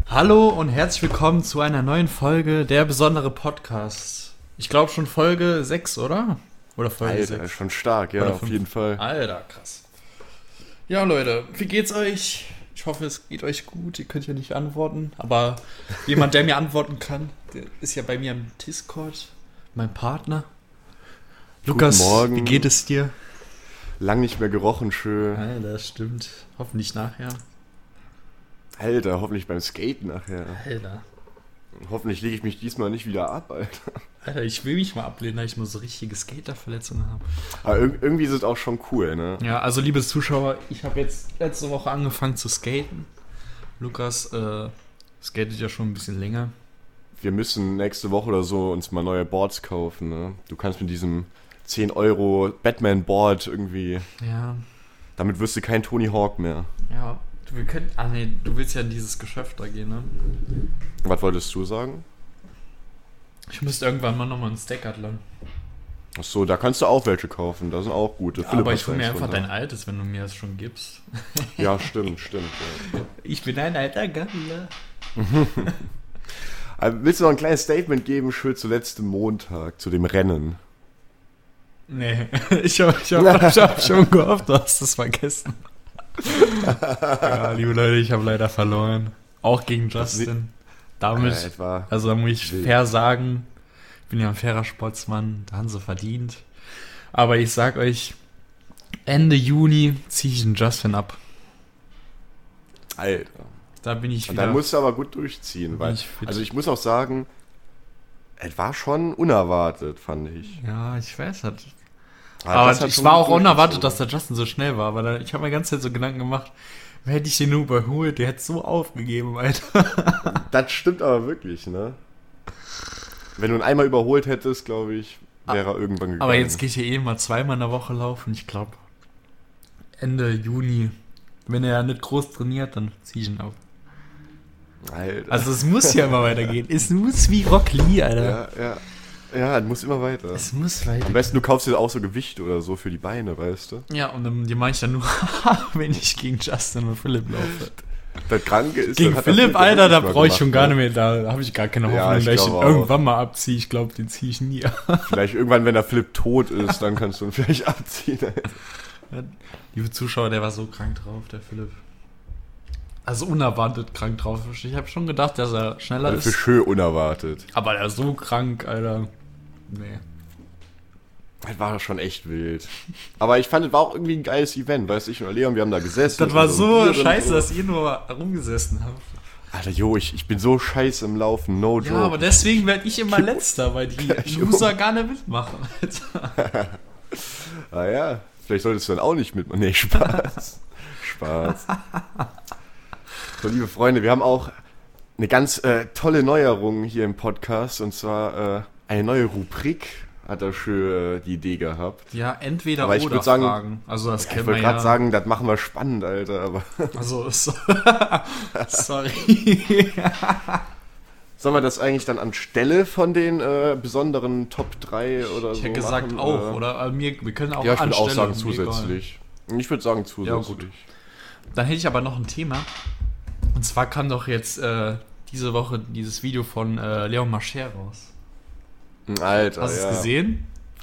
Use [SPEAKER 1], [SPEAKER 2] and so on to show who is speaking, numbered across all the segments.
[SPEAKER 1] Hallo und herzlich willkommen zu einer neuen Folge Der besondere Podcast. Ich glaube schon Folge 6, oder? Oder Folge
[SPEAKER 2] Alter,
[SPEAKER 1] 6?
[SPEAKER 2] Schon stark, ja, auf jeden Fall.
[SPEAKER 1] Alter, krass. Ja, Leute, wie geht's euch? Ich hoffe, es geht euch gut. Ihr könnt ja nicht antworten, aber jemand, der mir antworten kann, der ist ja bei mir im Discord, mein Partner. Lukas,
[SPEAKER 2] Guten Morgen.
[SPEAKER 1] wie geht es dir?
[SPEAKER 2] Lang nicht mehr gerochen, schön.
[SPEAKER 1] Alter, das stimmt. Hoffentlich nachher.
[SPEAKER 2] Alter, hoffentlich beim Skaten nachher.
[SPEAKER 1] Alter.
[SPEAKER 2] Hoffentlich lege ich mich diesmal nicht wieder ab, Alter.
[SPEAKER 1] Alter, ich will mich mal ablehnen, da ich nur so richtige Skaterverletzungen habe.
[SPEAKER 2] Aber irgendwie ist es auch schon cool, ne?
[SPEAKER 1] Ja, also liebe Zuschauer, ich habe jetzt letzte Woche angefangen zu skaten. Lukas skatet ja schon ein bisschen länger.
[SPEAKER 2] Wir müssen nächste Woche oder so uns mal neue Boards kaufen, ne? Du kannst mit diesem 10 € Batman-Board irgendwie...
[SPEAKER 1] Ja.
[SPEAKER 2] Damit wirst du kein Tony Hawk mehr.
[SPEAKER 1] Ja, wir können... Ah nee, du willst ja in dieses Geschäft da gehen, ne?
[SPEAKER 2] Was wolltest du sagen?
[SPEAKER 1] Ich müsste irgendwann mal nochmal einen Stackathlon.
[SPEAKER 2] Achso, da kannst du auch welche kaufen, da sind auch gute.
[SPEAKER 1] Ja,
[SPEAKER 2] Philipp
[SPEAKER 1] aber
[SPEAKER 2] hat
[SPEAKER 1] ich hole mir
[SPEAKER 2] eins
[SPEAKER 1] einfach
[SPEAKER 2] runter.
[SPEAKER 1] dein altes, wenn du mir das schon gibst.
[SPEAKER 2] Ja, stimmt. Ja.
[SPEAKER 1] Ich bin ein alter Gammler.
[SPEAKER 2] Aber willst du noch ein kleines Statement geben für zu letztem Montag, zu dem Rennen?
[SPEAKER 1] Nee, ich hab schon gehofft, du hast es vergessen. Ja, liebe Leute, ich habe leider verloren. Auch gegen Justin. Damit, also da muss ich fair sagen, ich bin ja ein fairer Sportsmann, da haben sie verdient. Aber ich sag euch, Ende Juni ziehe ich den Justin ab.
[SPEAKER 2] Alter.
[SPEAKER 1] Da bin ich wieder...
[SPEAKER 2] Und dann musst du aber gut durchziehen, weil, also ich muss auch sagen, es war schon unerwartet, fand ich.
[SPEAKER 1] Ja, ich weiß halt.
[SPEAKER 2] Aber
[SPEAKER 1] es war auch unerwartet, dass der Justin so schnell war, weil ich habe mir die ganze Zeit so Gedanken gemacht, hätte ich den nur überholt, der hätte so aufgegeben, Alter.
[SPEAKER 2] Das stimmt aber wirklich, ne? Wenn du ihn einmal überholt hättest, glaube ich, wäre er irgendwann gegangen.
[SPEAKER 1] Aber jetzt geht hier mal zweimal in der Woche laufen. Ich glaube, Ende Juni, wenn er nicht groß trainiert, dann ziehe ich ihn ab.
[SPEAKER 2] Alter.
[SPEAKER 1] Also es muss ja immer weitergehen. Es muss wie Rock Lee, Alter.
[SPEAKER 2] Ja, es muss immer weiter.
[SPEAKER 1] Es muss weitergehen.
[SPEAKER 2] Am besten, du kaufst dir auch so Gewichte oder so für die Beine, weißt du?
[SPEAKER 1] Ja, und die mache ich dann nur, wenn ich gegen Justin und Philipp laufe.
[SPEAKER 2] Das Kranke ist...
[SPEAKER 1] Gegen
[SPEAKER 2] das
[SPEAKER 1] Philipp, Alter, da brauche ich schon gar
[SPEAKER 2] ne?
[SPEAKER 1] nicht mehr. Da habe ich gar keine Hoffnung,
[SPEAKER 2] Ja,
[SPEAKER 1] dass ich ihn
[SPEAKER 2] glaube
[SPEAKER 1] irgendwann mal abziehe. Ich glaube, den ziehe ich nie ab.
[SPEAKER 2] Vielleicht irgendwann, wenn der Philipp tot ist, dann kannst du ihn vielleicht abziehen.
[SPEAKER 1] Ja, liebe Zuschauer, der war so krank drauf, der Philipp. Also unerwartet krank drauf. Ich habe schon gedacht, dass er schneller
[SPEAKER 2] Also für
[SPEAKER 1] ist.
[SPEAKER 2] schön unerwartet.
[SPEAKER 1] Aber der ist so krank, Alter. Nee.
[SPEAKER 2] Das war schon echt wild. Aber ich fand, es war auch irgendwie ein geiles Event, weißt du, ich und Leon, wir haben da gesessen.
[SPEAKER 1] Das war
[SPEAKER 2] und
[SPEAKER 1] so
[SPEAKER 2] ein Bier
[SPEAKER 1] scheiße,
[SPEAKER 2] und
[SPEAKER 1] dass ihr nur rumgesessen habt.
[SPEAKER 2] Alter, jo, ich bin so scheiße im Laufen, no joke.
[SPEAKER 1] Ja, aber deswegen werde ich immer Letzter, weil die Loser gar nicht mitmachen, Alter.
[SPEAKER 2] Ah ja, vielleicht solltest du dann auch nicht mitmachen. Nee, Spaß. Spaß. So, liebe Freunde, wir haben auch eine ganz tolle Neuerung hier im Podcast. Und zwar eine neue Rubrik hat er schön die Idee gehabt.
[SPEAKER 1] Ja, entweder
[SPEAKER 2] Aber ich
[SPEAKER 1] oder
[SPEAKER 2] würd sagen,
[SPEAKER 1] Fragen. Also das
[SPEAKER 2] Ich
[SPEAKER 1] kennen
[SPEAKER 2] wollte
[SPEAKER 1] wir
[SPEAKER 2] gerade
[SPEAKER 1] ja.
[SPEAKER 2] sagen, das machen wir spannend, Alter. Aber
[SPEAKER 1] Also, sorry.
[SPEAKER 2] sollen wir das eigentlich dann anstelle von den besonderen Top 3 oder so
[SPEAKER 1] Ich hätte gesagt
[SPEAKER 2] machen,
[SPEAKER 1] auch, oder? Wir können auch
[SPEAKER 2] Ja, ich würde auch
[SPEAKER 1] anstelle,
[SPEAKER 2] sagen
[SPEAKER 1] mir egal.
[SPEAKER 2] zusätzlich. Ich würde sagen zusätzlich.
[SPEAKER 1] Ja, gut. Dann hätte ich aber noch ein Thema. Und zwar kam doch jetzt diese Woche dieses Video von Leon Mascher raus.
[SPEAKER 2] Alter,
[SPEAKER 1] Hast du es gesehen?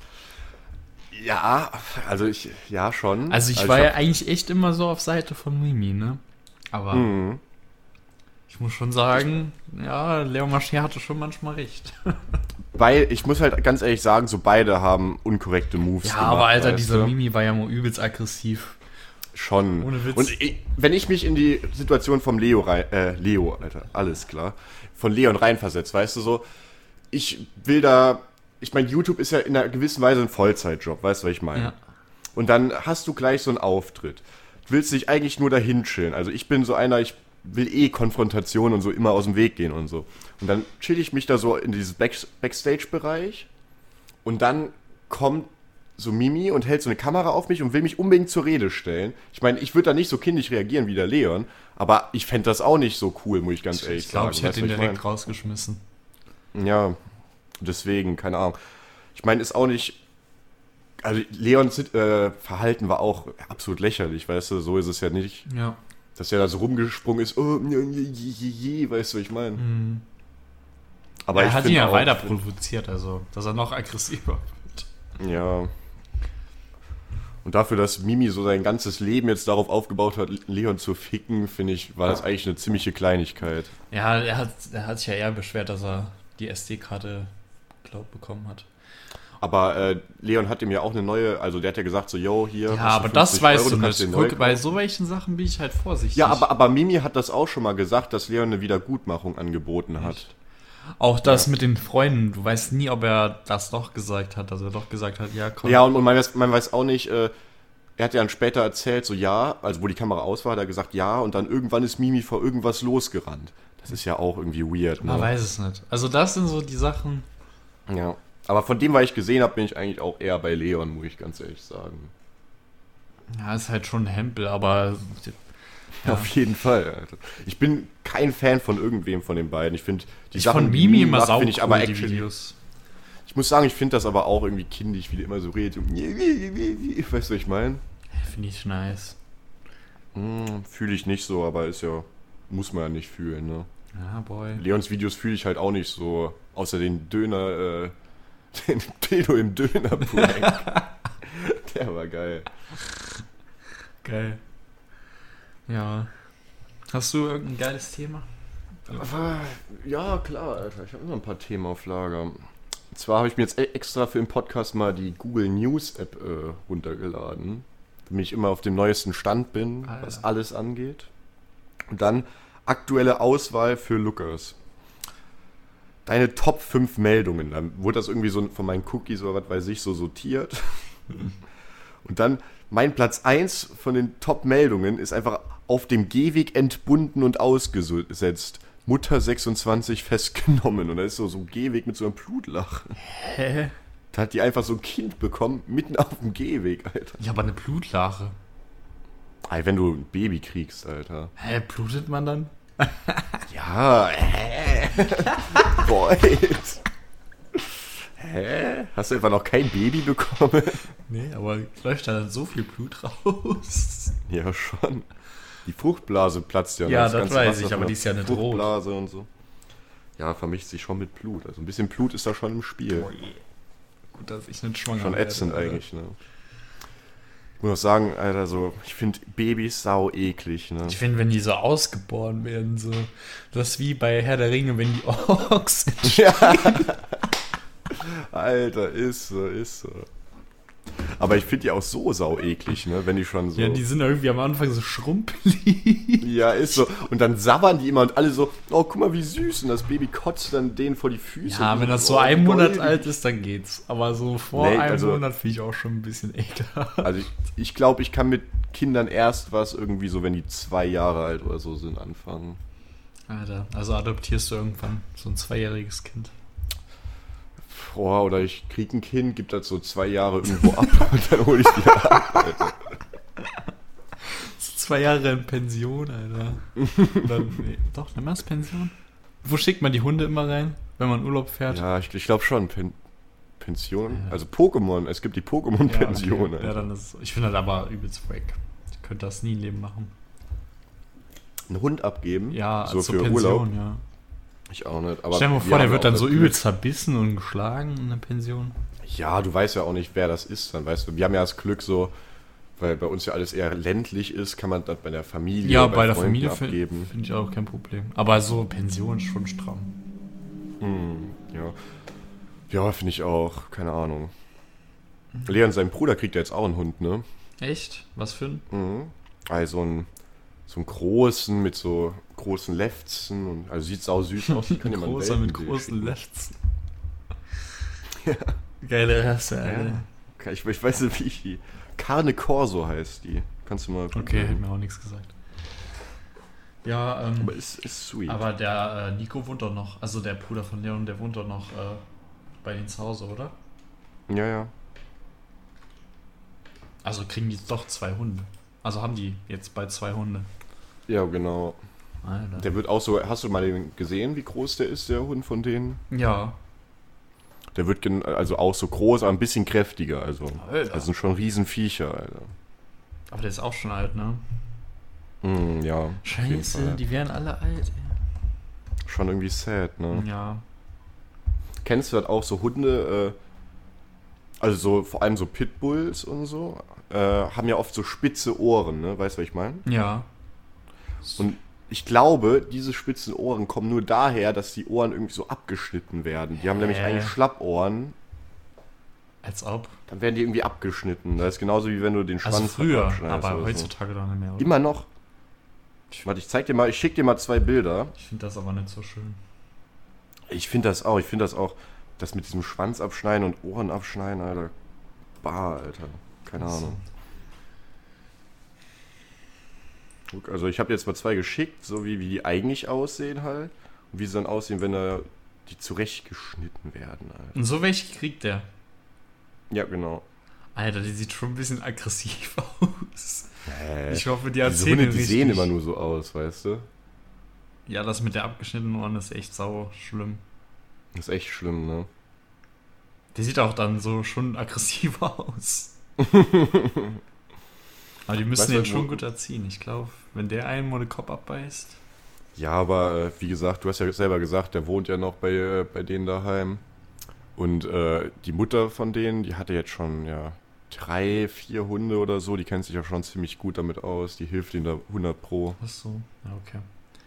[SPEAKER 2] Ja, also ja schon.
[SPEAKER 1] Also ich war ja eigentlich echt immer so auf Seite von Mimi, ne? Aber ich muss schon sagen, ja, Leon Mascher hatte schon manchmal recht.
[SPEAKER 2] Weil ich muss halt ganz ehrlich sagen, so beide haben unkorrekte Moves
[SPEAKER 1] Ja,
[SPEAKER 2] gemacht.
[SPEAKER 1] aber Alter,
[SPEAKER 2] weißt
[SPEAKER 1] dieser
[SPEAKER 2] du?
[SPEAKER 1] Mimi war ja mal übelst aggressiv.
[SPEAKER 2] Schon.
[SPEAKER 1] Ohne Witz.
[SPEAKER 2] Und wenn ich mich in die Situation vom Leo, Alter, alles klar, von Leon reinversetzt, weißt du so, ich meine, YouTube ist ja in einer gewissen Weise ein Vollzeitjob, weißt du, was ich meine?
[SPEAKER 1] Ja.
[SPEAKER 2] Und dann hast du gleich so einen Auftritt. Du willst dich eigentlich nur dahin chillen. Also ich bin so einer, ich will Konfrontation und so immer aus dem Weg gehen und so. Und dann chill ich mich da so in dieses Backstage-Bereich und dann kommt so Mimi und hält so eine Kamera auf mich und will mich unbedingt zur Rede stellen. Ich meine, ich würde da nicht so kindisch reagieren wie der Leon, aber ich fände das auch nicht so cool, muss ich ganz ehrlich
[SPEAKER 1] Ich glaube,
[SPEAKER 2] sagen.
[SPEAKER 1] ich hätte ihn
[SPEAKER 2] Weißt du, was
[SPEAKER 1] direkt rausgeschmissen.
[SPEAKER 2] Ja, deswegen, keine Ahnung. Ich meine, ist auch nicht... Also Leons Verhalten war auch absolut lächerlich, weißt du, so ist es ja nicht.
[SPEAKER 1] Ja.
[SPEAKER 2] Dass der da so rumgesprungen ist, oh, weißt du, was ich meine?
[SPEAKER 1] Mhm.
[SPEAKER 2] Aber
[SPEAKER 1] er
[SPEAKER 2] ich
[SPEAKER 1] hat ihn ja
[SPEAKER 2] auch,
[SPEAKER 1] weiter provoziert, also, dass er noch aggressiver wird.
[SPEAKER 2] Ja. Und dafür, dass Mimi so sein ganzes Leben jetzt darauf aufgebaut hat, Leon zu ficken, finde ich, war das eigentlich eine ziemliche Kleinigkeit.
[SPEAKER 1] Ja, er hat sich ja eher beschwert, dass er die SD-Karte geklaut bekommen hat.
[SPEAKER 2] Aber Leon hat ihm ja auch eine neue, also der hat ja gesagt so, yo, hier.
[SPEAKER 1] Ja, aber das weißt du nicht. Guck, bei so welchen Sachen bin ich halt vorsichtig.
[SPEAKER 2] Ja, aber Mimi hat das auch schon mal gesagt, dass Leon eine Wiedergutmachung angeboten hat.
[SPEAKER 1] Echt? Auch das mit den Freunden, du weißt nie, ob er das doch gesagt hat, dass er doch gesagt hat, ja, komm.
[SPEAKER 2] Ja, und man weiß auch nicht, er hat ja dann später erzählt, so ja, also wo die Kamera aus war, hat er gesagt ja, und dann irgendwann ist Mimi vor irgendwas losgerannt. Das ist ja auch irgendwie weird, ne?
[SPEAKER 1] Man weiß es nicht. Also das sind so die Sachen.
[SPEAKER 2] Ja, aber von dem, was ich gesehen habe, bin ich eigentlich auch eher bei Leon, muss ich ganz ehrlich sagen.
[SPEAKER 1] Ja, ist halt schon ein Hempel, aber...
[SPEAKER 2] Ja. Auf jeden Fall, Alter. Ich bin kein Fan von irgendwem von den beiden. Ich finde die
[SPEAKER 1] Sachen von Mimi immer
[SPEAKER 2] macht,
[SPEAKER 1] sau
[SPEAKER 2] ich
[SPEAKER 1] cool,
[SPEAKER 2] aber
[SPEAKER 1] die Videos.
[SPEAKER 2] Ich muss sagen, ich finde das aber auch irgendwie kindisch, wie der immer so redet. Weißt du, was ich meine?
[SPEAKER 1] Finde ich nice.
[SPEAKER 2] Fühle ich nicht so, aber ist ja, muss man ja nicht fühlen, ne?
[SPEAKER 1] Ja, boy.
[SPEAKER 2] Leons Videos fühle ich halt auch nicht so, außer den Döner, den Pedo im Döner-Prank. Der war geil.
[SPEAKER 1] Geil. Ja. Hast du irgendein geiles Thema?
[SPEAKER 2] Ja, klar, Alter. Ich habe immer ein paar Themen auf Lager. Und zwar habe ich mir jetzt extra für den Podcast mal die Google News App runtergeladen, damit ich immer auf dem neuesten Stand bin, was alles angeht. Und dann aktuelle Auswahl für Lukas. Deine Top 5 Meldungen. Dann wurde das irgendwie so von meinen Cookies oder was weiß ich so sortiert. Und dann mein Platz 1 von den Top-Meldungen ist einfach auf dem Gehweg entbunden und ausgesetzt. Mutter 26 festgenommen. Und da ist so ein Gehweg mit so einem Blutlache.
[SPEAKER 1] Hä?
[SPEAKER 2] Da hat die einfach so ein Kind bekommen, mitten auf dem Gehweg, Alter.
[SPEAKER 1] Ja, aber eine Blutlache.
[SPEAKER 2] Ey, wenn du ein Baby kriegst, Alter.
[SPEAKER 1] Hä, blutet man dann?
[SPEAKER 2] Ja, Boy. Hä? Hast du einfach noch kein Baby bekommen?
[SPEAKER 1] Nee, aber läuft da dann so viel Blut raus?
[SPEAKER 2] Ja, schon. Die Fruchtblase platzt ja.
[SPEAKER 1] Ja, das weiß ich, aber die ist ja nicht rot.
[SPEAKER 2] Fruchtblase und so. Ja, vermischt sich schon mit Blut. Also ein bisschen Blut ist da schon im Spiel.
[SPEAKER 1] Boah, gut, dass ich nicht schwanger
[SPEAKER 2] schon
[SPEAKER 1] werde,
[SPEAKER 2] ätzend
[SPEAKER 1] Alter.
[SPEAKER 2] eigentlich, ne? Ich muss auch sagen, Alter, so, ich finde Babys sau eklig, ne?
[SPEAKER 1] Ich finde, wenn die so ausgeboren werden, so, das ist wie bei Herr der Ringe, wenn die Orks
[SPEAKER 2] ja. Alter, ist so. Aber ich finde die auch so sau eklig, ne? Wenn die schon so...
[SPEAKER 1] Ja, die sind irgendwie am Anfang so schrumpelig.
[SPEAKER 2] Ja, ist so. Und dann sabbern die immer und alle so, oh, guck mal, wie süß. Und das Baby kotzt dann denen vor die Füße.
[SPEAKER 1] Ja, wenn das so ein Monat alt ist, dann geht's. Aber so vor einem Monat finde ich auch schon ein bisschen ekelhaft.
[SPEAKER 2] Also ich glaube, ich kann mit Kindern erst was irgendwie so, wenn die 2 Jahre alt oder so sind, anfangen.
[SPEAKER 1] Alter, also adoptierst du irgendwann so ein 2-jähriges Kind.
[SPEAKER 2] Boah, oder ich krieg ein Kind, gib das so 2 Jahre irgendwo ab und dann hole ich die ab, Alter.
[SPEAKER 1] 2 Jahre in Pension, Alter. Oder, nee, doch, nimm mal Pension. Wo schickt man die Hunde immer rein, wenn man Urlaub fährt?
[SPEAKER 2] Ja, ich glaube schon. Pension? Ja. Also Pokémon. Es gibt die Pokémon-Pension.
[SPEAKER 1] Ja, okay. Ja, dann ist ich finde das aber übelst wack. Ich könnte das nie im Leben machen.
[SPEAKER 2] Einen Hund abgeben?
[SPEAKER 1] Ja,
[SPEAKER 2] so
[SPEAKER 1] zur
[SPEAKER 2] für
[SPEAKER 1] Pension,
[SPEAKER 2] Urlaub?
[SPEAKER 1] ja.
[SPEAKER 2] Ich auch nicht. Aber
[SPEAKER 1] stell dir mal vor, der wird dann so übelst zerbissen und geschlagen in der Pension.
[SPEAKER 2] Ja, du weißt ja auch nicht, wer das ist. Dann weißt du, wir haben ja das Glück so, weil bei uns ja alles eher ländlich ist, kann man das bei der Familie
[SPEAKER 1] ja, bei der Familie
[SPEAKER 2] abgeben.
[SPEAKER 1] Finde ich auch kein Problem. Aber so Pension ist schon stramm.
[SPEAKER 2] Ja. Ja, finde ich auch. Keine Ahnung. Leon, sein Bruder, kriegt ja jetzt auch einen Hund, ne?
[SPEAKER 1] Echt? Was für ein?
[SPEAKER 2] Also so einen großen, mit so großen Lefzen. Und, also sieht sau süß aus.
[SPEAKER 1] Ein großer mit großen Lefzen. Ja. Geile Rasse, Alter.
[SPEAKER 2] Ja. Ich weiß nicht, wie ich die... Carne Corso heißt die. Kannst du mal...
[SPEAKER 1] Okay, hätte mir auch nichts gesagt. Ja,
[SPEAKER 2] aber ist sweet.
[SPEAKER 1] Aber der Nico wohnt doch noch, also der Bruder von Leon, der wohnt doch noch bei denen zu Hause, oder?
[SPEAKER 2] Ja.
[SPEAKER 1] Also kriegen die doch 2 Hunde. Also haben die jetzt bald 2 Hunde.
[SPEAKER 2] Ja, genau.
[SPEAKER 1] Alter.
[SPEAKER 2] Der wird auch so... Hast du mal den gesehen, wie groß der ist, der Hund von denen?
[SPEAKER 1] Ja.
[SPEAKER 2] Der wird also auch so groß, aber ein bisschen kräftiger. Also
[SPEAKER 1] Alter.
[SPEAKER 2] Das sind schon Riesenviecher, Alter.
[SPEAKER 1] Aber der ist auch schon alt, ne?
[SPEAKER 2] Ja. auf jeden
[SPEAKER 1] Scheiße,
[SPEAKER 2] Fall.
[SPEAKER 1] die wären alle alt, ey.
[SPEAKER 2] Schon irgendwie sad, ne?
[SPEAKER 1] Ja.
[SPEAKER 2] Kennst du das auch, so Hunde, also so, vor allem so Pitbulls und so, haben ja oft so spitze Ohren, ne? Weißt du, was ich meine?
[SPEAKER 1] Ja.
[SPEAKER 2] Und ich glaube, diese spitzen Ohren kommen nur daher, dass die Ohren irgendwie so abgeschnitten werden. Die haben nämlich eigentlich Schlappohren,
[SPEAKER 1] Als ob.
[SPEAKER 2] dann werden die irgendwie abgeschnitten. Das ist genauso wie wenn du den Schwanz
[SPEAKER 1] Also früher,
[SPEAKER 2] abschneidest
[SPEAKER 1] aber
[SPEAKER 2] oder
[SPEAKER 1] heutzutage dann nicht mehr.
[SPEAKER 2] so.
[SPEAKER 1] Oder?
[SPEAKER 2] Immer noch. Warte, ich schick dir mal 2 Bilder.
[SPEAKER 1] Ich finde das aber nicht so schön.
[SPEAKER 2] Ich finde das auch, das mit diesem Schwanz abschneiden und Ohren abschneiden, Alter. Bah, Alter. Keine Ahnung. Also ich habe jetzt mal 2 geschickt, so wie die eigentlich aussehen halt. Und wie sie dann aussehen, wenn da die zurechtgeschnitten werden, Alter.
[SPEAKER 1] Und so welche kriegt der?
[SPEAKER 2] Ja, genau.
[SPEAKER 1] Alter, die sieht schon ein bisschen aggressiv aus. Ich hoffe, die
[SPEAKER 2] Diese
[SPEAKER 1] erzählen
[SPEAKER 2] Hunde, die
[SPEAKER 1] richtig.
[SPEAKER 2] sehen immer nur so aus, weißt du?
[SPEAKER 1] Ja, das mit der abgeschnittenen Ohren ist echt sau schlimm.
[SPEAKER 2] Das ist echt schlimm, ne?
[SPEAKER 1] Die sieht auch dann so schon aggressiver aus. Aber die müssen
[SPEAKER 2] Weißt du,
[SPEAKER 1] den schon gut erziehen. Ich glaube, wenn der einen mal den Kopf abbeißt.
[SPEAKER 2] Ja, aber wie gesagt, du hast ja selber gesagt, der wohnt ja noch bei denen daheim. Und die Mutter von denen, die hatte jetzt schon, 3, 4 Hunde oder so. Die kennt sich ja schon ziemlich gut damit aus. Die hilft ihnen da 100 Pro.
[SPEAKER 1] Ach so, ja, okay.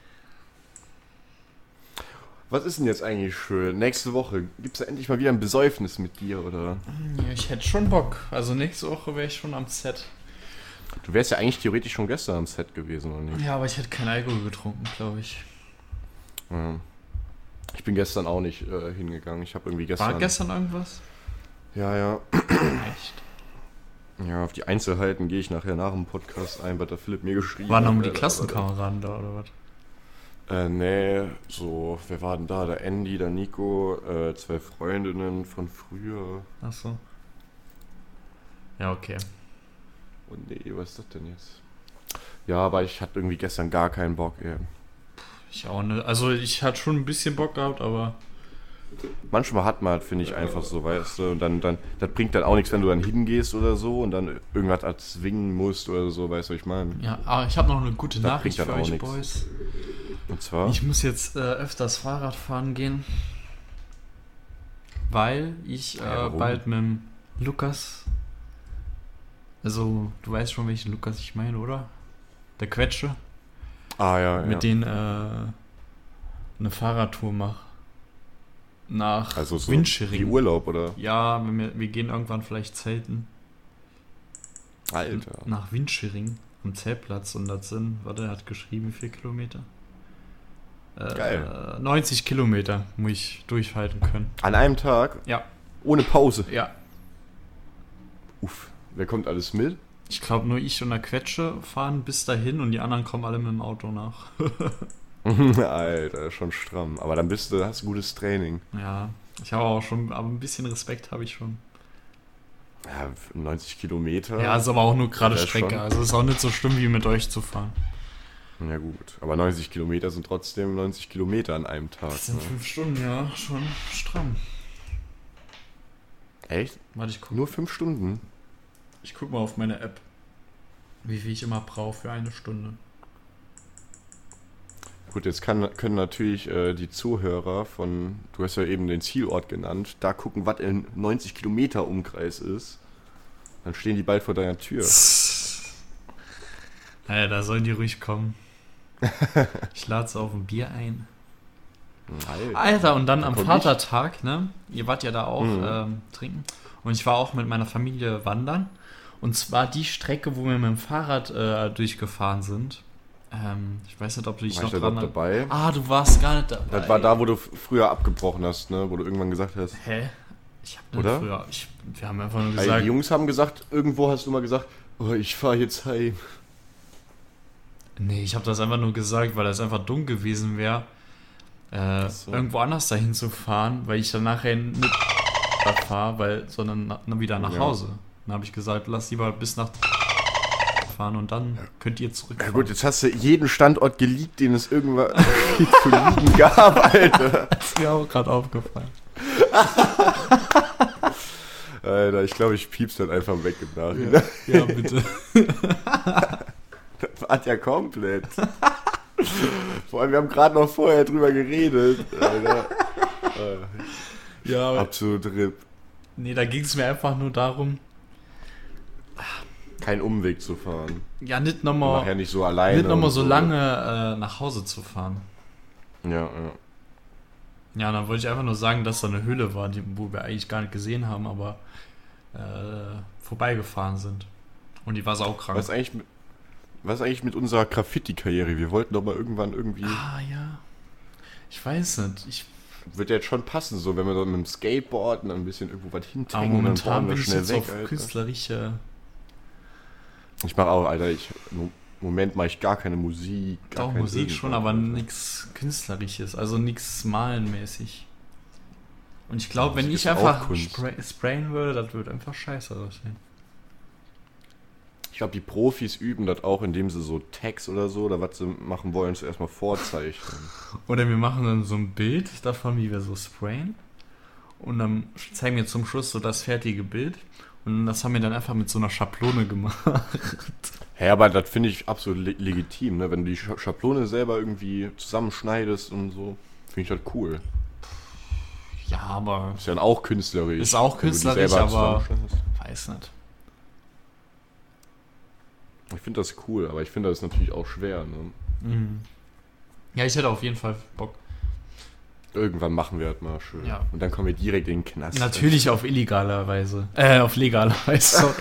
[SPEAKER 2] Was ist denn jetzt eigentlich schön? Nächste Woche gibt's da endlich mal wieder ein Besäufnis mit dir, oder?
[SPEAKER 1] Ja, ich hätte schon Bock. Also nächste Woche wäre ich schon am Set.
[SPEAKER 2] Du wärst ja eigentlich theoretisch schon gestern am Set gewesen, oder nicht?
[SPEAKER 1] Ja, aber ich hätte keinen Alkohol getrunken, glaube ich.
[SPEAKER 2] Ja. Ich bin gestern auch nicht hingegangen. Ich habe irgendwie gestern...
[SPEAKER 1] War gestern irgendwas?
[SPEAKER 2] Ja.
[SPEAKER 1] Echt?
[SPEAKER 2] Ja, auf die Einzelheiten gehe ich nachher nach dem Podcast ein, was der Philipp mir geschrieben
[SPEAKER 1] Waren
[SPEAKER 2] hat.
[SPEAKER 1] noch die Klassenkameraden da, oder was?
[SPEAKER 2] Nee, so, wer war denn da? Der Andy, der Nico, 2 Freundinnen von früher.
[SPEAKER 1] Ach so. Ja, okay.
[SPEAKER 2] Und nee, was ist das denn jetzt? Ja, aber ich hatte irgendwie gestern gar keinen Bock, ey.
[SPEAKER 1] Ich auch nicht. Also ich hatte schon ein bisschen Bock gehabt, aber...
[SPEAKER 2] Manchmal hat man halt, finde ich, einfach so, weißt du, und dann, das bringt dann auch nichts, wenn du dann hingehst oder so und dann irgendwas erzwingen musst oder so, weißt du, was ich meine?
[SPEAKER 1] Ja, aber ich habe noch eine gute
[SPEAKER 2] Das
[SPEAKER 1] Nachricht
[SPEAKER 2] bringt
[SPEAKER 1] für
[SPEAKER 2] dann auch
[SPEAKER 1] euch,
[SPEAKER 2] nix.
[SPEAKER 1] Boys.
[SPEAKER 2] Und zwar?
[SPEAKER 1] Ich muss jetzt öfters Fahrrad fahren gehen, weil ich
[SPEAKER 2] warum?
[SPEAKER 1] bald mit dem Lukas, also du weißt schon, welchen Lukas ich meine, oder? Der Quetsche,
[SPEAKER 2] Ja.
[SPEAKER 1] mit denen eine Fahrradtour mache. Nach
[SPEAKER 2] Also so
[SPEAKER 1] Winschering.
[SPEAKER 2] wie Urlaub, oder?
[SPEAKER 1] Ja, wir gehen irgendwann vielleicht zelten.
[SPEAKER 2] Alter.
[SPEAKER 1] Nach Winschering am Zeltplatz und das sind, warte, er hat geschrieben, wie viel Kilometer?
[SPEAKER 2] Geil.
[SPEAKER 1] 90 Kilometer muss ich durchhalten können.
[SPEAKER 2] An einem Tag?
[SPEAKER 1] Ja.
[SPEAKER 2] Ohne Pause?
[SPEAKER 1] Ja.
[SPEAKER 2] Uff. Wer kommt alles mit?
[SPEAKER 1] Ich glaube, nur ich und der Quetsche fahren bis dahin und die anderen kommen alle mit dem Auto nach.
[SPEAKER 2] Alter, schon stramm. Aber dann hast du gutes Training.
[SPEAKER 1] Ja, ich habe auch schon, aber ein bisschen Respekt habe ich schon.
[SPEAKER 2] Ja, 90 Kilometer.
[SPEAKER 1] Ja, ist aber auch nur gerade
[SPEAKER 2] das
[SPEAKER 1] Strecke.
[SPEAKER 2] schon.
[SPEAKER 1] Also ist auch nicht so schlimm, wie mit euch zu fahren.
[SPEAKER 2] Ja gut, aber 90 Kilometer sind trotzdem 90 Kilometer an einem Tag.
[SPEAKER 1] Das sind
[SPEAKER 2] Ne?
[SPEAKER 1] 5 Stunden, ja, schon stramm.
[SPEAKER 2] Echt?
[SPEAKER 1] Warte, ich guck.
[SPEAKER 2] Nur 5 Stunden?
[SPEAKER 1] Ich guck mal auf meine App, wie viel ich immer brauche für eine Stunde.
[SPEAKER 2] Gut, jetzt können natürlich die Zuhörer du hast ja eben den Zielort genannt, da gucken, was in 90 Kilometer Umkreis ist. Dann stehen die bald vor deiner Tür.
[SPEAKER 1] Naja, da sollen die ruhig kommen. Ich lade sie auf ein Bier ein. Alter, und dann am Vatertag, ne? Ihr wart ja da auch trinken. Und ich war auch mit meiner Familie wandern. Und zwar die Strecke, wo wir mit dem Fahrrad durchgefahren sind. Ich weiß nicht, ob du dich noch dran
[SPEAKER 2] dabei?
[SPEAKER 1] Ah, du warst gar nicht dabei.
[SPEAKER 2] Das war da, wo du früher abgebrochen hast, ne? Wo du irgendwann gesagt hast.
[SPEAKER 1] Hä? Ich hab nicht
[SPEAKER 2] Oder?
[SPEAKER 1] früher. Wir haben einfach nur gesagt.
[SPEAKER 2] Die Jungs haben gesagt, irgendwo hast du mal gesagt, oh, ich fahr jetzt heim.
[SPEAKER 1] Nee, ich habe das einfach nur gesagt, weil das einfach dumm gewesen wäre,
[SPEAKER 2] So.
[SPEAKER 1] irgendwo anders dahin zu fahren, weil ich dann nachher nicht fahre, sondern wieder nach Hause. Dann habe ich gesagt, lass lieber bis nach fahren und dann könnt ihr zurückfahren.
[SPEAKER 2] Ja gut, jetzt hast du jeden Standort geleakt, den es irgendwann zu liegen gab, Alter.
[SPEAKER 1] Das ist mir auch gerade aufgefallen.
[SPEAKER 2] Alter, ich glaube, ich piep's dann einfach weg im Nachhinein.
[SPEAKER 1] Ja, bitte.
[SPEAKER 2] Das verpasst ja komplett. Vor allem, wir haben gerade noch vorher drüber geredet. Alter.
[SPEAKER 1] Ja, aber
[SPEAKER 2] absolut RIP.
[SPEAKER 1] Nee, da ging es mir einfach nur darum,
[SPEAKER 2] keinen Umweg zu fahren.
[SPEAKER 1] ja, nicht nochmal
[SPEAKER 2] nachher nicht so alleine.
[SPEAKER 1] Nicht nochmal so lange nach Hause zu fahren.
[SPEAKER 2] Ja.
[SPEAKER 1] Ja, dann wollte ich einfach nur sagen, dass da eine Höhle war, wo wir eigentlich gar nicht gesehen haben, aber vorbeigefahren sind. Und die war saukrank.
[SPEAKER 2] Was ist eigentlich mit unserer Graffiti-Karriere? Wir wollten doch mal irgendwann irgendwie...
[SPEAKER 1] Ah, ja. Ich weiß nicht.
[SPEAKER 2] Wird ja jetzt schon passen, so wenn wir dann mit dem Skateboard und ein bisschen irgendwo was
[SPEAKER 1] Aber
[SPEAKER 2] hintanken und dann
[SPEAKER 1] momentan
[SPEAKER 2] bauen wir
[SPEAKER 1] bin ich
[SPEAKER 2] schnell
[SPEAKER 1] jetzt
[SPEAKER 2] weg,
[SPEAKER 1] auf
[SPEAKER 2] Alter.
[SPEAKER 1] künstlerische...
[SPEAKER 2] Ich mache auch, Alter, im Moment mache ich gar keine Musik.
[SPEAKER 1] Doch, Musik schon, aber nichts Künstlerisches, also nichts Malenmäßig. Und ich glaube, wenn ich einfach sprayen würde, das würde einfach scheiße aussehen.
[SPEAKER 2] Ich glaube, die Profis üben das auch, indem sie so Tags oder so, oder was sie machen wollen, zuerst mal vorzeichnen.
[SPEAKER 1] Oder wir machen dann so ein Bild davon, wie wir so sprayen. Und dann zeigen wir zum Schluss so das fertige Bild. Und das haben wir dann einfach mit so einer Schablone gemacht.
[SPEAKER 2] Ja, aber das finde ich absolut legitim, ne? Wenn du die Schablone selber irgendwie zusammenschneidest und so, finde ich das cool.
[SPEAKER 1] Ja, aber...
[SPEAKER 2] Ist ja dann auch künstlerisch.
[SPEAKER 1] Ist auch künstlerisch, aber... Weiß nicht.
[SPEAKER 2] Ich finde das cool, aber ich finde das natürlich auch schwer, ne?
[SPEAKER 1] Mhm. Ja, ich hätte auf jeden Fall Bock.
[SPEAKER 2] Irgendwann machen wir das mal schön.
[SPEAKER 1] Ja.
[SPEAKER 2] Und dann kommen wir direkt in den Knast.
[SPEAKER 1] Natürlich auf illegaler Weise. Auf legaler Weise, sorry.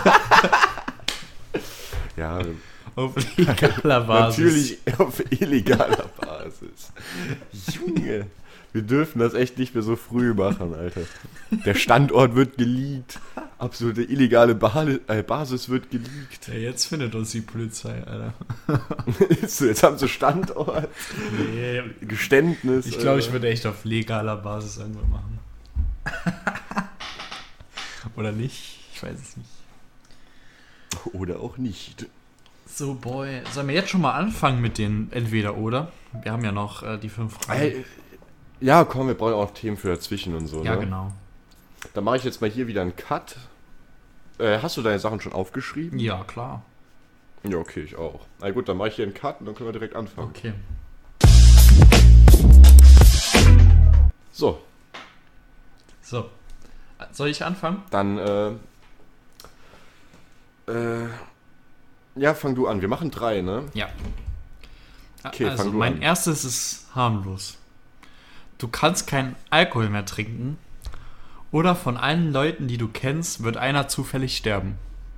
[SPEAKER 2] Ja.
[SPEAKER 1] Auf legaler Basis.
[SPEAKER 2] Natürlich auf illegaler Basis. Junge, wir dürfen das echt nicht mehr so früh machen, Alter. Der Standort wird geleakt. Absolute illegale Basis wird geleakt.
[SPEAKER 1] Ja, jetzt findet uns die Polizei, Alter.
[SPEAKER 2] Jetzt haben sie Standort.
[SPEAKER 1] Nee.
[SPEAKER 2] Geständnis.
[SPEAKER 1] Ich glaube, ich würde echt auf legaler Basis irgendwas machen. Oder nicht? Ich weiß es nicht.
[SPEAKER 2] Oder auch nicht.
[SPEAKER 1] So, Boy. Sollen wir jetzt schon mal anfangen mit den Entweder-Oder? Wir haben ja noch die 5 Fragen.
[SPEAKER 2] Ja, komm, wir brauchen auch Themen für dazwischen und so.
[SPEAKER 1] Ja,
[SPEAKER 2] ne?
[SPEAKER 1] genau.
[SPEAKER 2] Dann mache ich jetzt mal hier wieder einen Cut. Hast du deine Sachen schon aufgeschrieben?
[SPEAKER 1] Ja, klar.
[SPEAKER 2] Ja, okay, ich auch. Na gut, dann mache ich hier einen Cut und dann können wir direkt anfangen.
[SPEAKER 1] Okay.
[SPEAKER 2] So.
[SPEAKER 1] Soll ich anfangen?
[SPEAKER 2] Dann, ja, fang du an. Wir machen 3, ne?
[SPEAKER 1] Ja.
[SPEAKER 2] Okay,
[SPEAKER 1] also,
[SPEAKER 2] fang du
[SPEAKER 1] mein
[SPEAKER 2] an.
[SPEAKER 1] erstes ist harmlos. Du kannst keinen Alkohol mehr trinken. Oder von allen Leuten, die du kennst, wird einer zufällig sterben.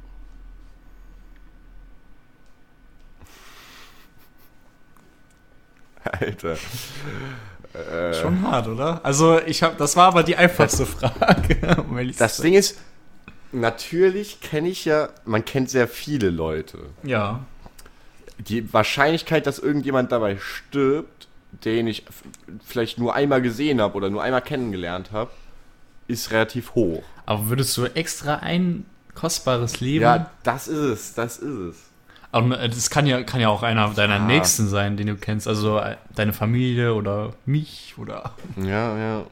[SPEAKER 2] Alter.
[SPEAKER 1] Schon hart, oder? Also, das war aber die einfachste Frage.
[SPEAKER 2] Das Ding ist, natürlich man kennt sehr viele Leute.
[SPEAKER 1] Ja.
[SPEAKER 2] Die Wahrscheinlichkeit, dass irgendjemand dabei stirbt, den ich vielleicht nur einmal gesehen habe oder nur einmal kennengelernt habe, ist relativ hoch.
[SPEAKER 1] Aber würdest du extra ein kostbares Leben...
[SPEAKER 2] Ja, das ist es.
[SPEAKER 1] Aber das kann ja auch einer deiner Nächsten sein, den du kennst. Also deine Familie oder mich oder...
[SPEAKER 2] Ja.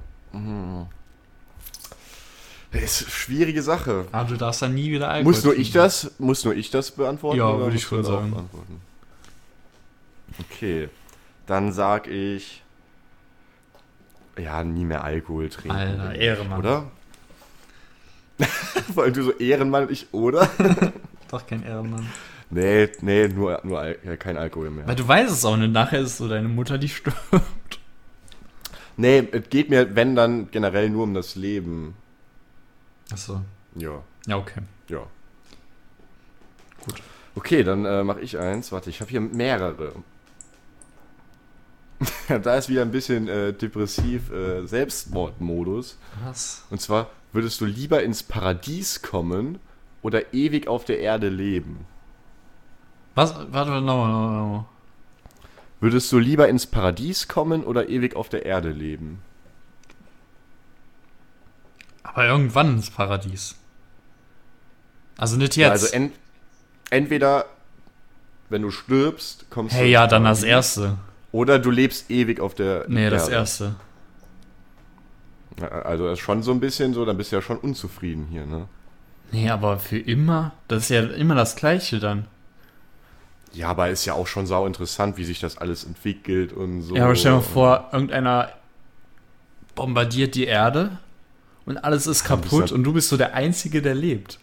[SPEAKER 2] Das ist eine schwierige Sache.
[SPEAKER 1] Aber du darfst dann nie wieder Alkohol
[SPEAKER 2] Muss nur ich das beantworten?
[SPEAKER 1] Ja,
[SPEAKER 2] oder
[SPEAKER 1] würde ich
[SPEAKER 2] musst
[SPEAKER 1] schon
[SPEAKER 2] du das auch
[SPEAKER 1] sagen.
[SPEAKER 2] beantworten? Okay, dann sag ich... Ja, nie mehr Alkohol trinken.
[SPEAKER 1] Alter, Ehrenmann.
[SPEAKER 2] Oder? Weil du so Ehrenmann und ich, oder?
[SPEAKER 1] Doch kein Ehrenmann.
[SPEAKER 2] Nee, nur kein Alkohol mehr.
[SPEAKER 1] Weil du weißt es auch nicht. Nachher ist so deine Mutter, die stirbt.
[SPEAKER 2] Nee, es geht mir, wenn dann, generell nur um das Leben.
[SPEAKER 1] Achso.
[SPEAKER 2] Ja.
[SPEAKER 1] Ja, okay.
[SPEAKER 2] Ja.
[SPEAKER 1] Gut.
[SPEAKER 2] Okay, dann mache ich eins. Warte, ich habe hier mehrere. Da ist wieder ein bisschen depressiv Selbstmordmodus.
[SPEAKER 1] Was?
[SPEAKER 2] Und zwar, würdest du lieber ins Paradies kommen oder ewig auf der Erde leben?
[SPEAKER 1] Was? Warte, nochmal.
[SPEAKER 2] Würdest du lieber ins Paradies kommen oder ewig auf der Erde leben?
[SPEAKER 1] Aber irgendwann ins Paradies. Also nicht jetzt.
[SPEAKER 2] Ja, also entweder, wenn du stirbst, kommst du
[SPEAKER 1] hey,
[SPEAKER 2] ins
[SPEAKER 1] ja, dann das
[SPEAKER 2] Paradies,
[SPEAKER 1] Erste.
[SPEAKER 2] oder du lebst ewig auf der
[SPEAKER 1] Nee,
[SPEAKER 2] Erde.
[SPEAKER 1] das Erste.
[SPEAKER 2] Ja, also das ist schon so ein bisschen so, dann bist du ja schon unzufrieden hier, ne?
[SPEAKER 1] Nee, aber für immer? Das ist ja immer das Gleiche dann.
[SPEAKER 2] Ja, aber ist ja auch schon sau interessant, wie sich das alles entwickelt und so.
[SPEAKER 1] Ja, aber stell dir mal vor, irgendeiner bombardiert die Erde und alles ist kaputt und du bist so der Einzige, der lebt.